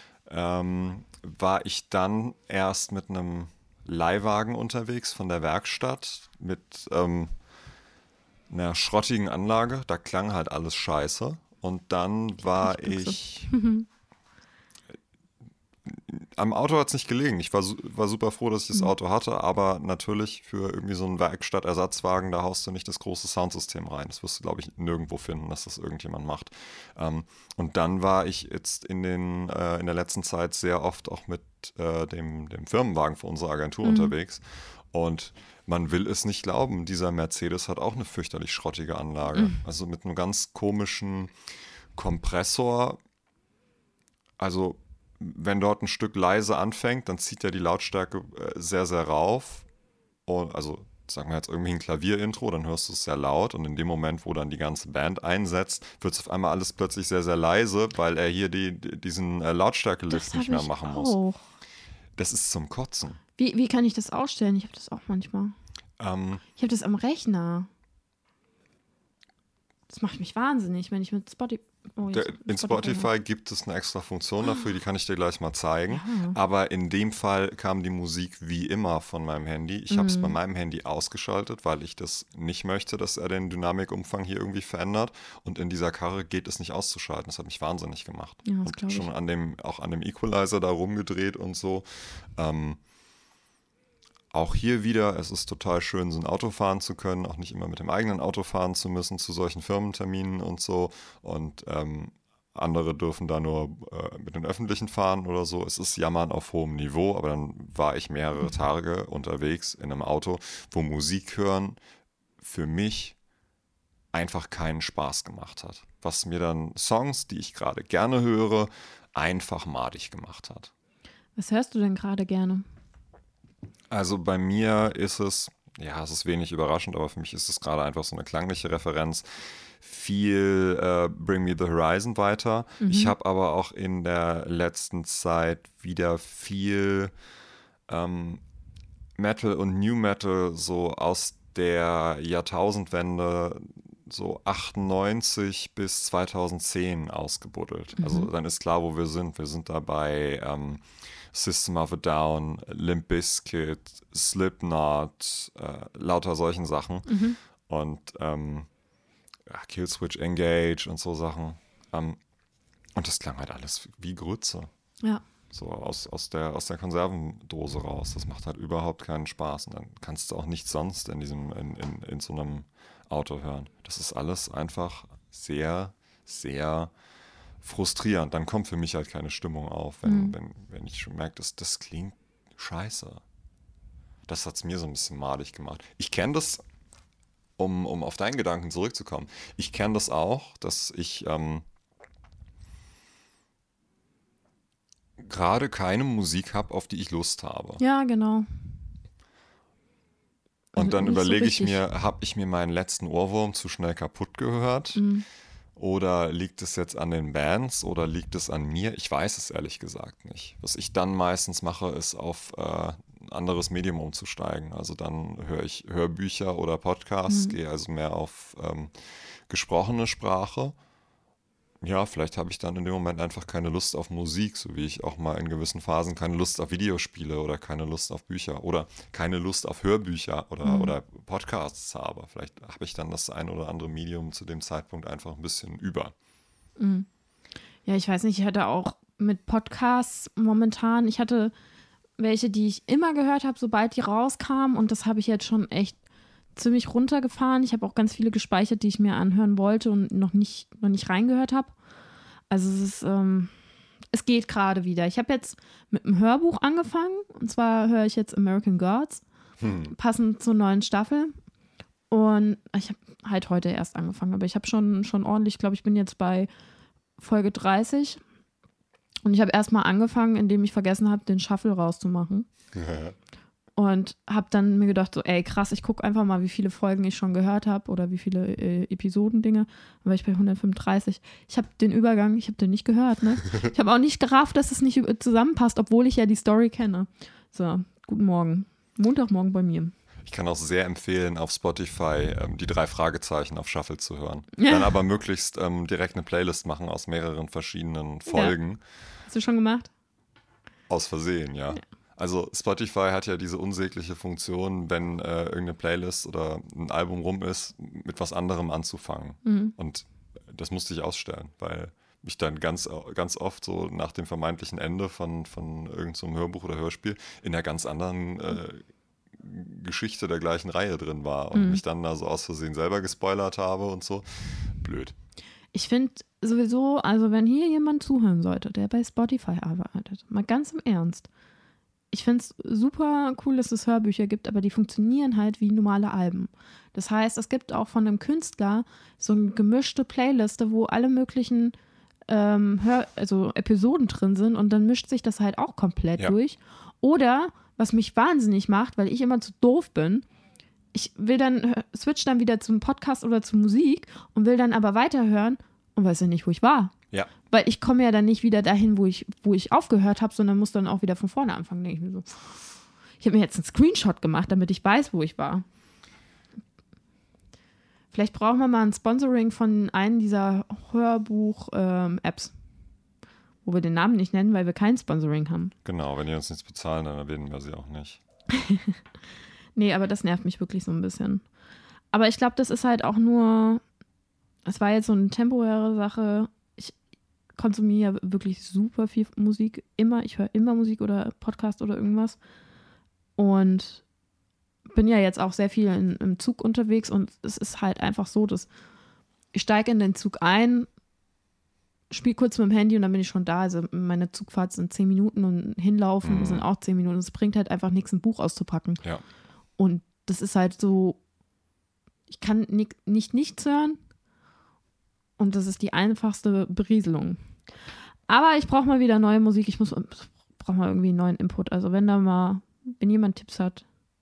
war ich dann erst mit einem Leihwagen unterwegs von der Werkstatt mit einer schrottigen Anlage. Da klang halt alles scheiße. Und dann war ich... Am Auto hat es nicht gelegen. Ich war super froh, dass ich das Auto hatte, aber natürlich für irgendwie so einen Werkstattersatzwagen, da haust du nicht das große Soundsystem rein. Das wirst du, glaube ich, nirgendwo finden, dass das irgendjemand macht. Und dann war ich jetzt in der letzten Zeit sehr oft auch mit dem Firmenwagen für unsere Agentur unterwegs. Und man will es nicht glauben, dieser Mercedes hat auch eine fürchterlich schrottige Anlage. Also mit einem ganz komischen Kompressor. Also wenn dort ein Stück leise anfängt, dann zieht er die Lautstärke sehr, sehr rauf. Und also sagen wir jetzt irgendwie ein Klavierintro, dann hörst du es sehr laut und in dem Moment, wo dann die ganze Band einsetzt, wird es auf einmal alles plötzlich sehr, sehr leise, weil er hier diesen Lautstärke-Lift nicht mehr machen muss. Das ist zum Kotzen. Wie kann ich das ausstellen? Ich habe das auch manchmal. Ich habe das am Rechner. Das macht mich wahnsinnig, wenn ich mit Spotify... In Spotify gibt es eine extra Funktion dafür, die kann ich dir gleich mal zeigen. Ja. Aber in dem Fall kam die Musik wie immer von meinem Handy. Ich habe es bei meinem Handy ausgeschaltet, weil ich das nicht möchte, dass er den Dynamikumfang hier irgendwie verändert. Und in dieser Karre geht es nicht auszuschalten. Das hat mich wahnsinnig gemacht. Ja, und schon an dem Equalizer da rumgedreht und so. Auch hier wieder, es ist total schön, so ein Auto fahren zu können, auch nicht immer mit dem eigenen Auto fahren zu müssen, zu solchen Firmenterminen und so. Und andere dürfen da nur mit den Öffentlichen fahren oder so. Es ist Jammern auf hohem Niveau, aber dann war ich mehrere Tage unterwegs in einem Auto, wo Musik hören für mich einfach keinen Spaß gemacht hat. Was mir dann Songs, die ich gerade gerne höre, einfach madig gemacht hat. Was hörst du denn gerade gerne? Also bei mir ist es, ja, es ist wenig überraschend, aber für mich ist es gerade einfach so eine klangliche Referenz. Viel Bring Me the Horizon weiter. Ich habe aber auch in der letzten Zeit wieder viel Metal und New Metal so aus der Jahrtausendwende so 98 bis 2010 ausgebuddelt. Also dann ist klar, wo wir sind. Wir sind dabei System of a Down, Limp Bizkit, Slipknot, lauter solchen Sachen. Und Killswitch Engage und so Sachen. Und das klang halt alles wie Grütze. Ja. So aus der Konservendose raus. Das macht halt überhaupt keinen Spaß. Und dann kannst du auch nichts sonst in so einem Auto hören. Das ist alles einfach sehr, sehr frustrierend. Dann kommt für mich halt keine Stimmung auf, wenn ich schon merke, das klingt scheiße. Das hat es mir so ein bisschen madig gemacht. Ich kenne das, um auf deinen Gedanken zurückzukommen, ich kenne das auch, dass ich gerade keine Musik habe, auf die ich Lust habe. Ja, genau. Und dann überlege ich mir, habe ich mir meinen letzten Ohrwurm zu schnell kaputt gehört? Oder liegt es jetzt an den Bands oder liegt es an mir? Ich weiß es ehrlich gesagt nicht. Was ich dann meistens mache, ist auf ein anderes Medium umzusteigen. Also dann höre ich Hörbücher oder Podcasts, gehe also mehr auf gesprochene Sprache. Ja, vielleicht habe ich dann in dem Moment einfach keine Lust auf Musik, so wie ich auch mal in gewissen Phasen keine Lust auf Videospiele oder keine Lust auf Bücher oder keine Lust auf Hörbücher oder Podcasts habe. Vielleicht habe ich dann das ein oder andere Medium zu dem Zeitpunkt einfach ein bisschen über. Ja, ich weiß nicht, ich hatte auch mit Podcasts momentan, ich hatte welche, die ich immer gehört habe, sobald die rauskamen und das habe ich jetzt schon echt ziemlich runtergefahren. Ich habe auch ganz viele gespeichert, die ich mir anhören wollte und noch nicht reingehört habe. Also es geht gerade wieder. Ich habe jetzt mit einem Hörbuch angefangen und zwar höre ich jetzt American Gods, passend zur neuen Staffel. Und ich habe halt heute erst angefangen, aber ich habe schon ordentlich, ich glaube, ich bin jetzt bei Folge 30 und ich habe erstmal angefangen, indem ich vergessen habe, den Shuffle rauszumachen. Und habe dann mir gedacht, so, ey, krass, ich gucke einfach mal, wie viele Folgen ich schon gehört habe oder wie viele Episodendinge. Da war ich bei 135. Ich habe den Übergang, ich habe den nicht gehört, ne? Ich habe auch nicht gerafft, dass es nicht zusammenpasst, obwohl ich ja die Story kenne. So, guten Morgen. Montagmorgen bei mir. Ich kann auch sehr empfehlen, auf Spotify die 3 Fragezeichen auf Shuffle zu hören. Dann aber möglichst direkt eine Playlist machen aus mehreren verschiedenen Folgen. Ja. Hast du schon gemacht? Aus Versehen, ja. Also Spotify hat ja diese unsägliche Funktion, wenn irgendeine Playlist oder ein Album rum ist, mit was anderem anzufangen. Und das musste ich ausstellen, weil ich dann ganz oft so nach dem vermeintlichen Ende von irgendeinem so Hörbuch oder Hörspiel in einer ganz anderen Geschichte der gleichen Reihe drin war und mich dann da so aus Versehen selber gespoilert habe und so. Blöd. Ich finde sowieso, also wenn hier jemand zuhören sollte, der bei Spotify arbeitet, mal ganz im Ernst, ich finde es super cool, dass es Hörbücher gibt, aber die funktionieren halt wie normale Alben. Das heißt, es gibt auch von einem Künstler so eine gemischte Playliste, wo alle möglichen Episoden drin sind und dann mischt sich das halt auch komplett durch. Oder, was mich wahnsinnig macht, weil ich immer zu doof bin, ich will dann, switch dann wieder zum Podcast oder zur Musik und will dann aber weiterhören und weiß ja nicht, wo ich war. Ja. Weil ich komme ja dann nicht wieder dahin, wo ich aufgehört habe, sondern muss dann auch wieder von vorne anfangen. Denke ich mir so. Ich habe mir jetzt einen Screenshot gemacht, damit ich weiß, wo ich war. Vielleicht brauchen wir mal ein Sponsoring von einem dieser Hörbuch-Apps, wo wir den Namen nicht nennen, weil wir kein Sponsoring haben. Genau, wenn die uns nichts bezahlen, dann erwähnen wir sie auch nicht. Nee, aber das nervt mich wirklich so ein bisschen. Aber ich glaube, das ist halt auch nur, es war jetzt so eine temporäre Sache. Ich konsumiere wirklich super viel Musik, ich höre immer Musik oder Podcast oder irgendwas. Und bin ja jetzt auch sehr viel im Zug unterwegs und es ist halt einfach so, dass ich steige in den Zug ein, spiele kurz mit dem Handy und dann bin ich schon da. Also meine Zugfahrt sind 10 Minuten und hinlaufen sind auch 10 Minuten. Es bringt halt einfach nichts, ein Buch auszupacken. Ja. Und das ist halt so, ich kann nichts hören und das ist die einfachste Berieselung. Aber ich brauche mal wieder neue Musik. Ich brauche mal irgendwie einen neuen Input. Also wenn jemand Tipps hat,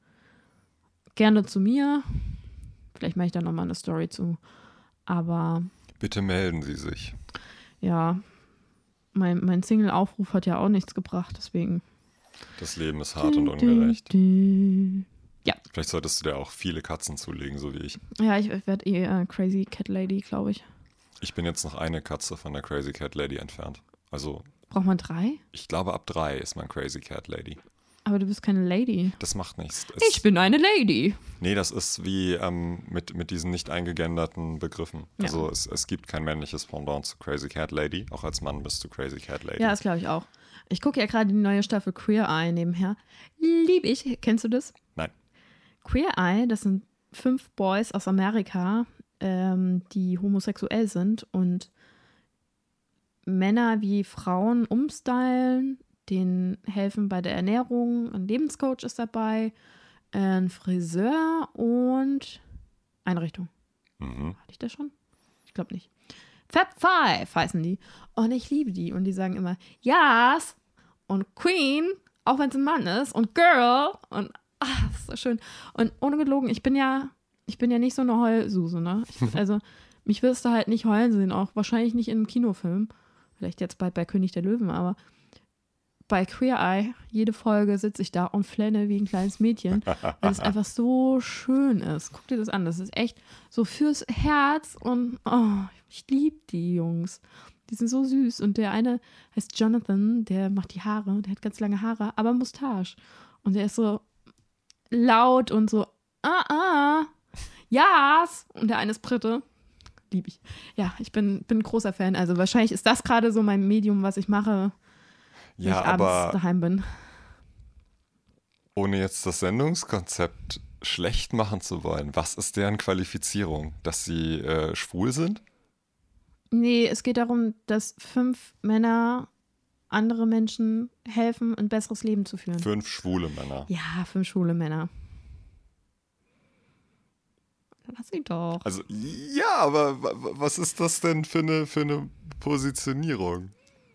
gerne zu mir. Vielleicht mache ich da nochmal eine Story zu. Aber Bitte melden Sie sich. ja, mein Single-Aufruf hat ja auch nichts gebracht, deswegen. Das Leben ist hart und ungerecht. Ja. Vielleicht solltest du dir auch viele Katzen zulegen, so wie ich. Ja, ich werde Crazy Cat Lady, glaube ich. Ich bin jetzt noch eine Katze von der Crazy Cat Lady entfernt. Also. Braucht man 3? Ich glaube, ab 3 ist man Crazy Cat Lady. Aber du bist keine Lady. Das macht nichts. Ich bin eine Lady. Nee, das ist wie mit diesen nicht eingegenderten Begriffen. Ja. Also es gibt kein männliches Pendant zu Crazy Cat Lady. Auch als Mann bist du Crazy Cat Lady. Ja, das glaube ich auch. Ich gucke ja gerade die neue Staffel Queer Eye nebenher. Lieb ich. Kennst du das? Nein. Queer Eye, das sind 5 Boys aus Amerika, die homosexuell sind und Männer wie Frauen umstylen, denen helfen bei der Ernährung, ein Lebenscoach ist dabei, ein Friseur und Einrichtung. Hatte ich das schon? Ich glaube nicht. Fab Five heißen die. Und ich liebe die. Und die sagen immer Yes und Queen, auch wenn es ein Mann ist, und Girl. Und das ist so schön. Und ohne gelogen, ich bin ja nicht so eine Heulsuse, ne? Also, mich wirst du halt nicht heulen sehen, auch wahrscheinlich nicht in einem Kinofilm. Vielleicht jetzt bald bei König der Löwen, aber bei Queer Eye, jede Folge sitze ich da und flenne wie ein kleines Mädchen, weil es einfach so schön ist. Guck dir das an, das ist echt so fürs Herz und ich liebe die Jungs. Die sind so süß und der eine heißt Jonathan, der macht die Haare, der hat ganz lange Haare, aber Mustache. Und der ist so laut und so, yes! Und der eine ist Brite. Liebe ich. Ja, ich bin ein großer Fan. Also wahrscheinlich ist das gerade so mein Medium, was ich mache, wenn ich abends daheim bin. Ohne jetzt das Sendungskonzept schlecht machen zu wollen, was ist deren Qualifizierung? Dass sie schwul sind? Nee, es geht darum, dass 5 Männer andere Menschen helfen, ein besseres Leben zu führen. 5 schwule Männer. Ja, 5 schwule Männer. Lass ihn doch. Also, ja, aber was ist das denn für eine Positionierung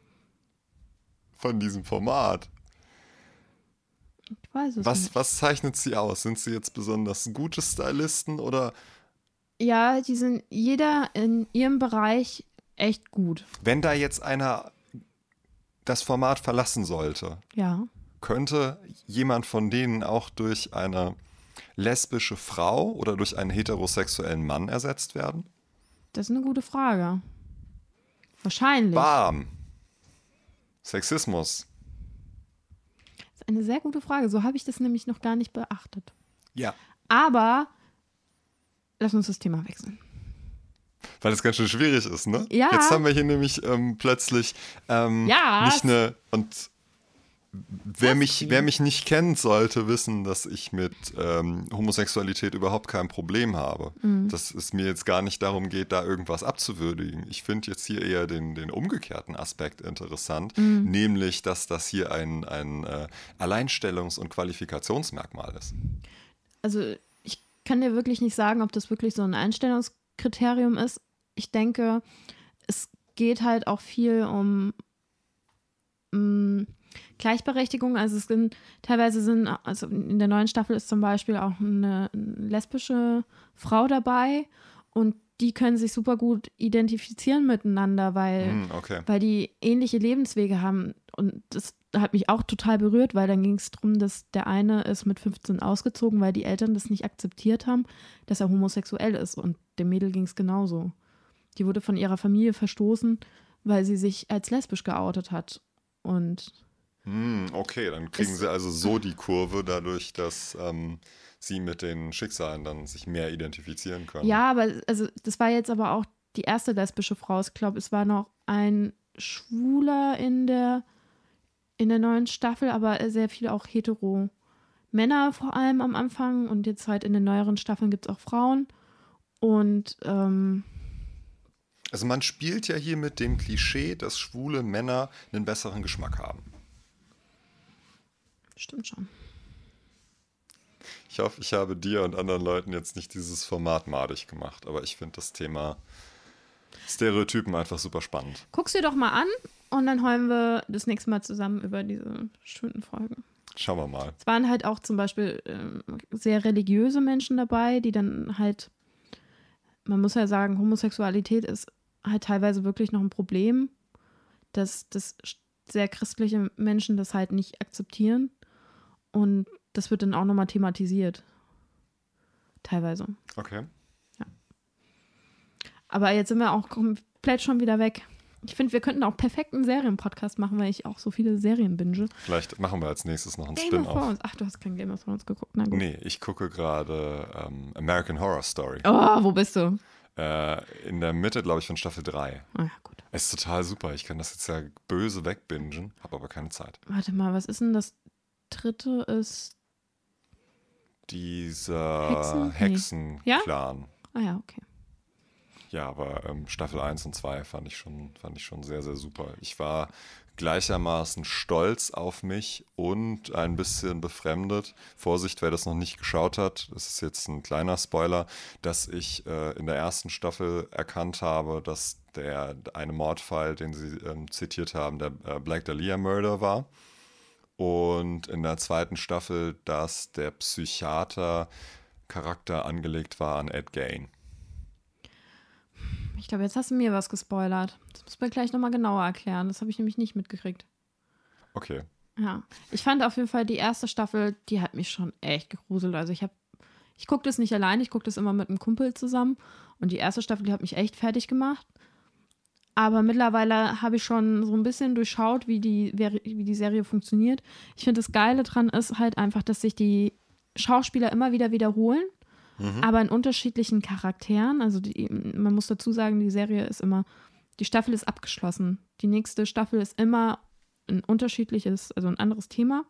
von diesem Format? Ich weiß es nicht. Was zeichnet sie aus? Sind sie jetzt besonders gute Stylisten oder? Ja, die sind jeder in ihrem Bereich echt gut. Wenn da jetzt einer das Format verlassen sollte, könnte jemand von denen auch durch eine lesbische Frau oder durch einen heterosexuellen Mann ersetzt werden? Das ist eine gute Frage. Wahrscheinlich. Bam. Sexismus. Das ist eine sehr gute Frage. So habe ich das nämlich noch gar nicht beachtet. Ja. Aber lass uns das Thema wechseln. Weil es ganz schön schwierig ist, ne? Ja. Jetzt haben wir hier nämlich plötzlich nicht eine. Und wer mich nicht kennt, sollte wissen, dass ich mit Homosexualität überhaupt kein Problem habe. Dass es mir jetzt gar nicht darum geht, da irgendwas abzuwürdigen. Ich finde jetzt hier eher den umgekehrten Aspekt interessant, nämlich, dass das hier ein Alleinstellungs- und Qualifikationsmerkmal ist. Also ich kann dir wirklich nicht sagen, ob das wirklich so ein Einstellungskriterium ist. Ich denke, es geht halt auch viel um Gleichberechtigung, also also in der neuen Staffel ist zum Beispiel auch eine lesbische Frau dabei und die können sich super gut identifizieren miteinander, weil die ähnliche Lebenswege haben. Und das hat mich auch total berührt, weil dann ging es darum, dass der eine ist mit 15 ausgezogen, weil die Eltern das nicht akzeptiert haben, dass er homosexuell ist. Und dem Mädel ging es genauso. Die wurde von ihrer Familie verstoßen, weil sie sich als lesbisch geoutet hat. Und okay, dann kriegen sie also so die Kurve dadurch, dass sie mit den Schicksalen dann sich mehr identifizieren können. Ja, aber also das war jetzt aber auch die erste lesbische Frau. Ich glaube, es war noch ein Schwuler in der neuen Staffel, aber sehr viele auch hetero Männer vor allem am Anfang. Und jetzt halt in den neueren Staffeln gibt es auch Frauen. Und also man spielt ja hier mit dem Klischee, dass schwule Männer einen besseren Geschmack haben. Stimmt schon. Ich hoffe, ich habe dir und anderen Leuten jetzt nicht dieses Format madig gemacht, aber ich finde das Thema Stereotypen einfach super spannend. Guck's dir doch mal an und dann heulen wir das nächste Mal zusammen über diese schönen Folgen. Schauen wir mal. Es waren halt auch zum Beispiel sehr religiöse Menschen dabei, die dann halt, man muss ja sagen, Homosexualität ist halt teilweise wirklich noch ein Problem, dass sehr christliche Menschen das halt nicht akzeptieren. Und das wird dann auch nochmal thematisiert. Teilweise. Okay. Ja. Aber jetzt sind wir auch komplett schon wieder weg. Ich finde, wir könnten auch perfekt einen Serienpodcast machen, weil ich auch so viele Serien binge. Vielleicht machen wir als nächstes noch einen Game of Spin-off. Thrones. Ach, du hast kein Game of Thrones geguckt. Na gut. Nee, ich gucke gerade American Horror Story. Oh, wo bist du? In der Mitte, glaube ich, von Staffel 3. Ah, ja, gut. Es ist total super. Ich kann das jetzt ja böse wegbingen, habe aber keine Zeit. Warte mal, was ist denn das dritte? Ist dieser Hexenclan. Ah ja, okay. Ja, aber Staffel 1 und 2 fand ich schon sehr, sehr super. Ich war gleichermaßen stolz auf mich und ein bisschen befremdet. Vorsicht, wer das noch nicht geschaut hat, das ist jetzt ein kleiner Spoiler, dass ich in der ersten Staffel erkannt habe, dass der eine Mordfall, den sie zitiert haben, der Black Dahlia Murder war. Und in der zweiten Staffel, dass der Psychiater-Charakter angelegt war an Ed Gein. Ich glaube, jetzt hast du mir was gespoilert. Das musst du mir gleich nochmal genauer erklären. Das habe ich nämlich nicht mitgekriegt. Okay. Ja, ich fand auf jeden Fall die erste Staffel, die hat mich schon echt gegruselt. Also ich gucke das nicht allein, ich gucke das immer mit einem Kumpel zusammen. Und die erste Staffel, die hat mich echt fertig gemacht. Aber mittlerweile habe ich schon so ein bisschen durchschaut, wie die Serie funktioniert. Ich finde, das Geile dran ist halt einfach, dass sich die Schauspieler immer wieder wiederholen, aber in unterschiedlichen Charakteren. Also man muss dazu sagen, die Staffel ist abgeschlossen. Die nächste Staffel ist immer ein anderes Thema.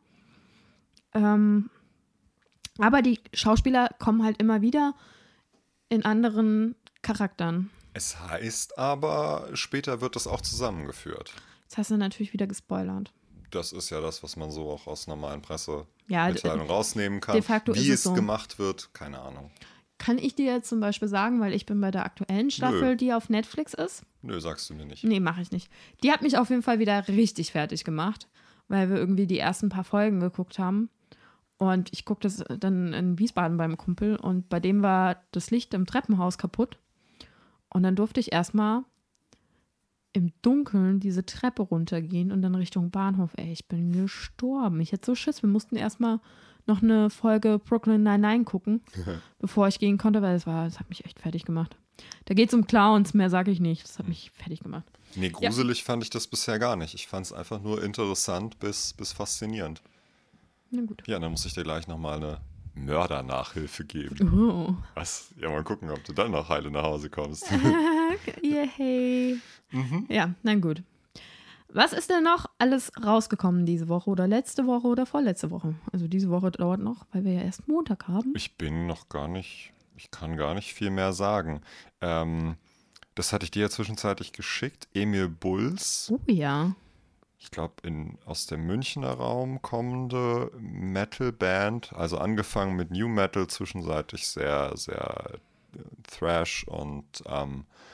Aber die Schauspieler kommen halt immer wieder in anderen Charakteren. Es heißt aber, später wird das auch zusammengeführt. Jetzt hast du natürlich wieder gespoilert. Das ist ja das, was man so auch aus normalen Ja, Pressemitteilungen rausnehmen kann. de facto Wie ist es es so. gemacht wird, keine Ahnung. Kann ich dir jetzt zum Beispiel sagen, weil ich bin bei der aktuellen Staffel, die auf Netflix ist? Nö, sagst du mir nicht. Nee, mache ich nicht. Die hat mich auf jeden Fall wieder richtig fertig gemacht, weil wir irgendwie die ersten paar Folgen geguckt haben. Und ich gucke das dann in Wiesbaden beim Kumpel und bei dem war das Licht im Treppenhaus kaputt. Und dann durfte ich erstmal im Dunkeln diese Treppe runtergehen und dann Richtung Bahnhof. Ey, ich bin gestorben. Ich hätte so Schiss. Wir mussten erstmal noch eine Folge Brooklyn Nine-Nine gucken, bevor ich gehen konnte, weil das hat mich echt fertig gemacht. Da geht es um Clowns, mehr sage ich nicht. Das hat mich fertig gemacht. Nee, gruselig fand ich das bisher gar nicht. Ich fand es einfach nur interessant bis faszinierend. Na gut. Ja, dann muss ich dir gleich nochmal eine Mördernachhilfe geben. Oh. Was? Ja, mal gucken, ob du dann noch heile nach Hause kommst. Yay. Ja, na gut. Was ist denn noch alles rausgekommen diese Woche oder letzte Woche oder vorletzte Woche? Also diese Woche dauert noch, weil wir ja erst Montag haben. Ich kann gar nicht viel mehr sagen. Das hatte ich dir ja zwischenzeitlich geschickt. Emil Bulls. Oh ja. Ich glaube, aus dem Münchner Raum kommende Metal-Band, also angefangen mit New Metal, zwischenzeitlich sehr, sehr Thrash und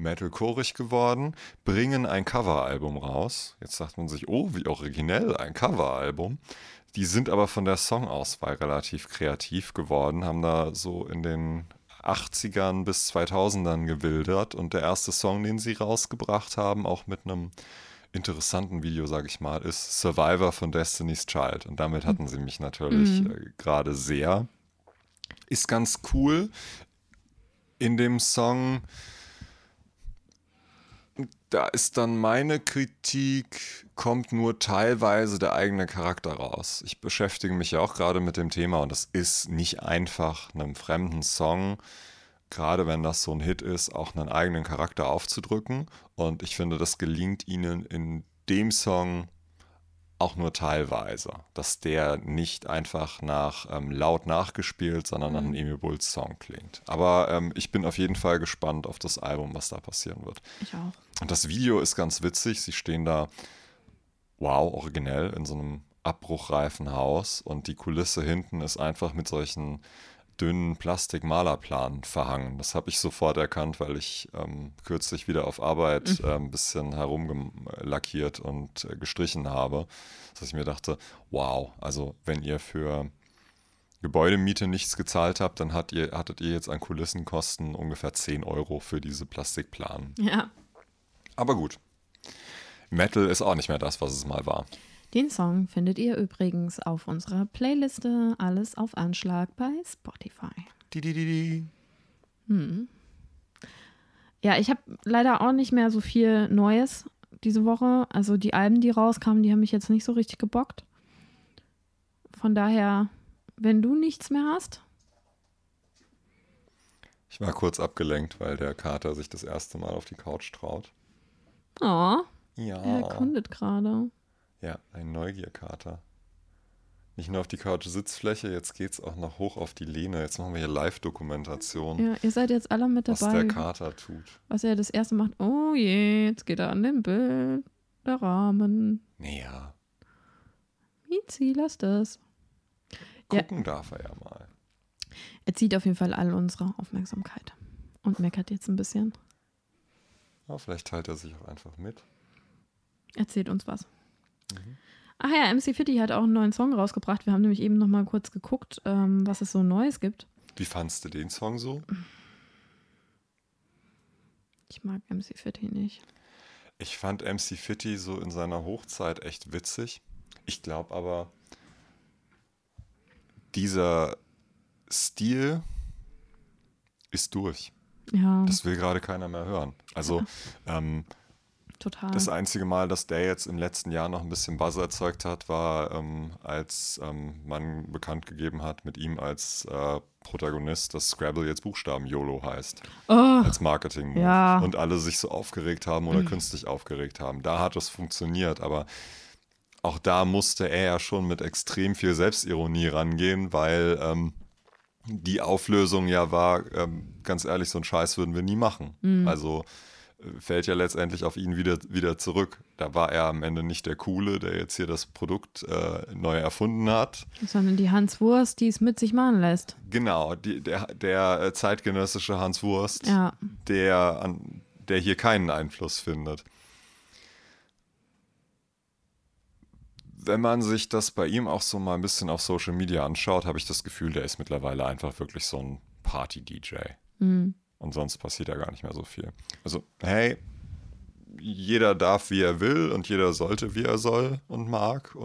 metalcoreig geworden, bringen ein Coveralbum raus. Jetzt sagt man sich, oh, wie originell, ein Coveralbum. Die sind aber von der Songauswahl relativ kreativ geworden, haben da so in den 80ern bis 2000ern gewildert und der erste Song, den sie rausgebracht haben, auch mit einem interessanten Video, sage ich mal, ist Survivor von Destiny's Child. Und damit hatten sie mich natürlich gerade sehr. Ist ganz cool. In dem Song, da ist dann meine Kritik, kommt nur teilweise der eigene Charakter raus. Ich beschäftige mich ja auch gerade mit dem Thema und es ist nicht einfach, einem fremden Song, gerade wenn das so ein Hit ist, auch einen eigenen Charakter aufzudrücken. Und ich finde, das gelingt ihnen in dem Song auch nur teilweise, dass der nicht einfach nach laut nachgespielt, sondern nach einem Emil Bulls Song klingt. Aber ich bin auf jeden Fall gespannt auf das Album, was da passieren wird. Ich auch. Und das Video ist ganz witzig. Sie stehen da, wow, originell in so einem abbruchreifen Haus und die Kulisse hinten ist einfach mit solchen dünnen Plastikmalerplanen verhangen. Das habe ich sofort erkannt, weil ich kürzlich wieder auf Arbeit ein bisschen herumlackiert und gestrichen habe. Dass ich mir dachte, wow, also wenn ihr für Gebäudemiete nichts gezahlt habt, dann hattet ihr jetzt an Kulissenkosten ungefähr 10 Euro für diese Plastikplanen. Ja. Aber gut, Metal ist auch nicht mehr das, was es mal war. Den Song findet ihr übrigens auf unserer Playliste Alles auf Anschlag bei Spotify. Ja, ich habe leider auch nicht mehr so viel Neues diese Woche. Also die Alben, die rauskamen, die haben mich jetzt nicht so richtig gebockt. Von daher, wenn du nichts mehr hast. Ich war kurz abgelenkt, weil der Kater sich das erste Mal auf die Couch traut. Oh, Ja. er erkundet gerade. Ja, ein Neugierkater. Nicht nur auf die Couch-Sitzfläche, jetzt geht's auch noch hoch auf die Lehne. Jetzt machen wir hier Live-Dokumentation, Ja, ihr seid jetzt alle mit was dabei. der Kater tut. Was er das erste macht. Oh je, jetzt geht er an den Bild. Der Rahmen. Naja, Mizi, lass das. gucken darf er ja mal. Er zieht auf jeden Fall all unsere Aufmerksamkeit. Und meckert jetzt ein bisschen. Ja, vielleicht teilt er sich auch einfach mit. Erzählt uns was. Ach ja, MC Fitti hat auch einen neuen Song rausgebracht. Wir haben nämlich eben noch mal kurz geguckt, was es so Neues gibt. Wie fandst du den Song so? Ich mag MC Fitti nicht. Ich fand MC Fitti so in seiner Hochzeit echt witzig. Ich glaube aber, dieser Stil ist durch. Ja, Das will gerade keiner mehr hören. Also total. das einzige Mal, dass der jetzt im letzten Jahr noch ein bisschen Buzz erzeugt hat, war, als man bekannt gegeben hat mit ihm als Protagonist, dass Scrabble jetzt Buchstaben YOLO heißt. Als Marketing-Move. Ja. Und alle sich so aufgeregt haben oder künstlich aufgeregt haben. Da hat es funktioniert, aber auch da musste er ja schon mit extrem viel Selbstironie rangehen, weil die Auflösung ja war, ganz ehrlich, so einen Scheiß würden wir nie machen. Also fällt ja letztendlich auf ihn wieder zurück. Da war er am Ende nicht der Coole, der jetzt hier das Produkt neu erfunden hat. Sondern die Hans Wurst, die es mit sich machen lässt. Genau, der zeitgenössische Hans Wurst, Ja. der hier keinen Einfluss findet. Wenn man sich das bei ihm auch so mal ein bisschen auf Social Media anschaut, habe ich das Gefühl, der ist mittlerweile einfach wirklich so ein Party-DJ. Und sonst passiert ja gar nicht mehr so viel. Also, hey, jeder darf, wie er will und jeder sollte, wie er soll und mag.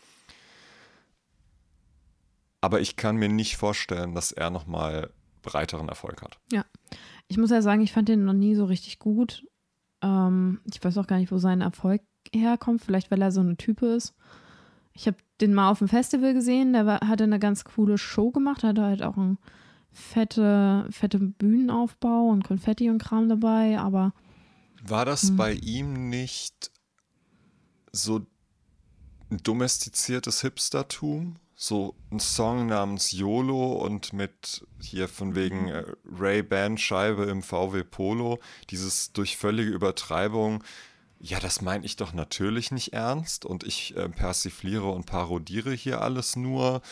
Aber ich kann mir nicht vorstellen, dass er nochmal breiteren Erfolg hat. Ja. Ich muss ja sagen, ich fand den noch nie so richtig gut. Ich weiß auch gar nicht, wo sein Erfolg herkommt. Vielleicht, weil er so eine Type ist. Ich habe den mal auf dem Festival gesehen. Der hatte eine ganz coole Show gemacht. Hatte halt auch einen fette Bühnenaufbau und Konfetti und Kram dabei. Aber war das bei ihm nicht so ein domestiziertes Hipstertum? So ein Song namens YOLO und mit hier von wegen Ray-Ban-Scheibe im VW Polo, dieses durch völlige Übertreibung, ja, das meine ich doch natürlich nicht ernst und ich persifliere und parodiere hier alles nur.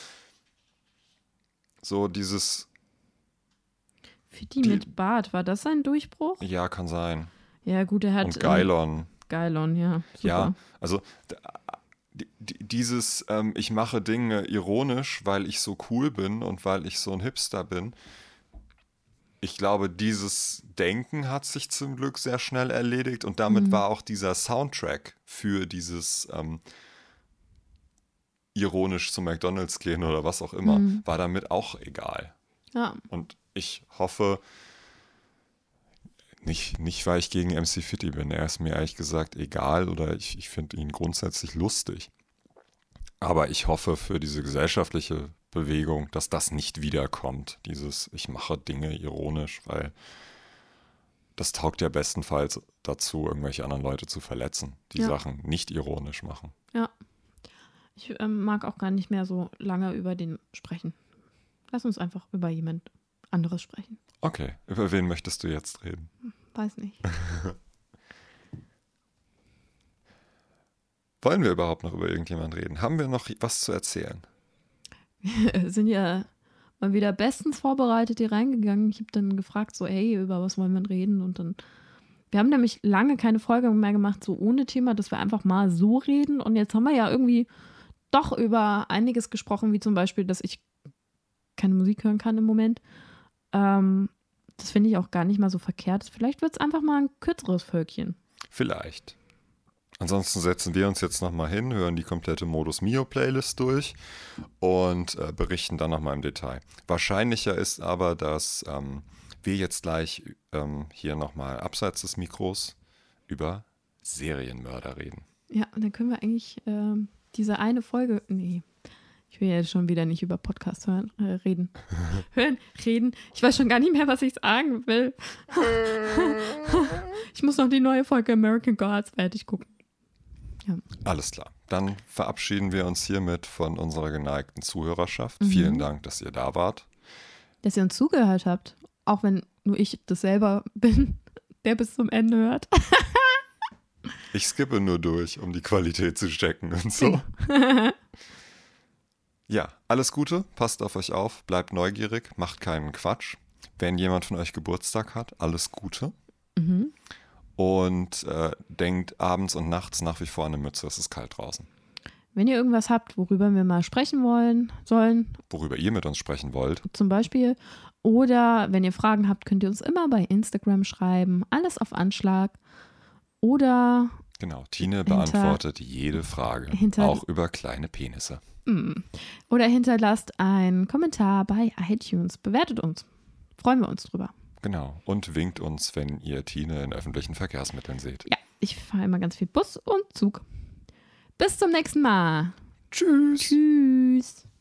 So dieses... Fitti mit Bart, war das sein Durchbruch? Ja, kann sein. Ja, gut, er hat. Und Geilon. Geilon, ja. Super. Ja, also dieses, ich mache Dinge ironisch, weil ich so cool bin und weil ich so ein Hipster bin. Ich glaube, dieses Denken hat sich zum Glück sehr schnell erledigt und damit war auch dieser Soundtrack für dieses ironisch zu McDonald's gehen oder was auch immer, war damit auch egal. Ja. Und ich hoffe, nicht weil ich gegen MC Fitti bin, er ist mir ehrlich gesagt egal oder ich finde ihn grundsätzlich lustig. Aber ich hoffe für diese gesellschaftliche Bewegung, dass das nicht wiederkommt. Dieses, ich mache Dinge ironisch, weil das taugt ja bestenfalls dazu, irgendwelche anderen Leute zu verletzen, die Sachen nicht ironisch machen. Ja. Ich mag auch gar nicht mehr so lange über den sprechen. Lass uns einfach über jemand anderes sprechen. Okay, über wen möchtest du jetzt reden? Weiß nicht. Wollen wir überhaupt noch über irgendjemanden reden? Haben wir noch was zu erzählen? Wir sind ja mal wieder bestens vorbereitet hier reingegangen. Ich habe dann gefragt, so, hey, über was wollen wir reden? Und dann, wir haben nämlich lange keine Folge mehr gemacht, so ohne Thema, dass wir einfach mal so reden. Und jetzt haben wir ja irgendwie doch über einiges gesprochen, wie zum Beispiel, dass ich keine Musik hören kann im Moment. Das finde ich auch gar nicht mal so verkehrt. Vielleicht wird es einfach mal ein kürzeres Völkchen. Vielleicht. Ansonsten setzen wir uns jetzt nochmal hin, hören die komplette Modus Mio Playlist durch und berichten dann nochmal im Detail. Wahrscheinlicher ist aber, dass wir jetzt gleich hier nochmal abseits des Mikros über Serienmörder reden. Ja, und dann können wir eigentlich diese eine Folge, nee, ich will jetzt schon wieder nicht über Podcast reden. Reden. Ich weiß schon gar nicht mehr, was ich sagen will. Ich muss noch die neue Folge American Gods fertig gucken. Ja. Alles klar. Dann verabschieden wir uns hiermit von unserer geneigten Zuhörerschaft. Vielen Dank, dass ihr da wart. Dass ihr uns zugehört habt. Auch wenn nur ich das selber bin, der bis zum Ende hört. Ich skippe nur durch, um die Qualität zu checken und so. Ja, alles Gute, passt auf euch auf, bleibt neugierig, macht keinen Quatsch. Wenn jemand von euch Geburtstag hat, alles Gute. Und denkt abends und nachts nach wie vor an eine Mütze, es ist kalt draußen. Wenn ihr irgendwas habt, worüber wir mal sprechen sollen. Worüber ihr mit uns sprechen wollt. Zum Beispiel. Oder wenn ihr Fragen habt, könnt ihr uns immer bei Instagram schreiben. Alles auf Anschlag. Oder... Genau, Tine beantwortet jede Frage, auch über kleine Penisse. Oder hinterlasst einen Kommentar bei iTunes. Bewertet uns. Freuen wir uns drüber. Genau. Und winkt uns, wenn ihr Tine in öffentlichen Verkehrsmitteln seht. Ja, ich fahre immer ganz viel Bus und Zug. Bis zum nächsten Mal. Tschüss. Tschüss.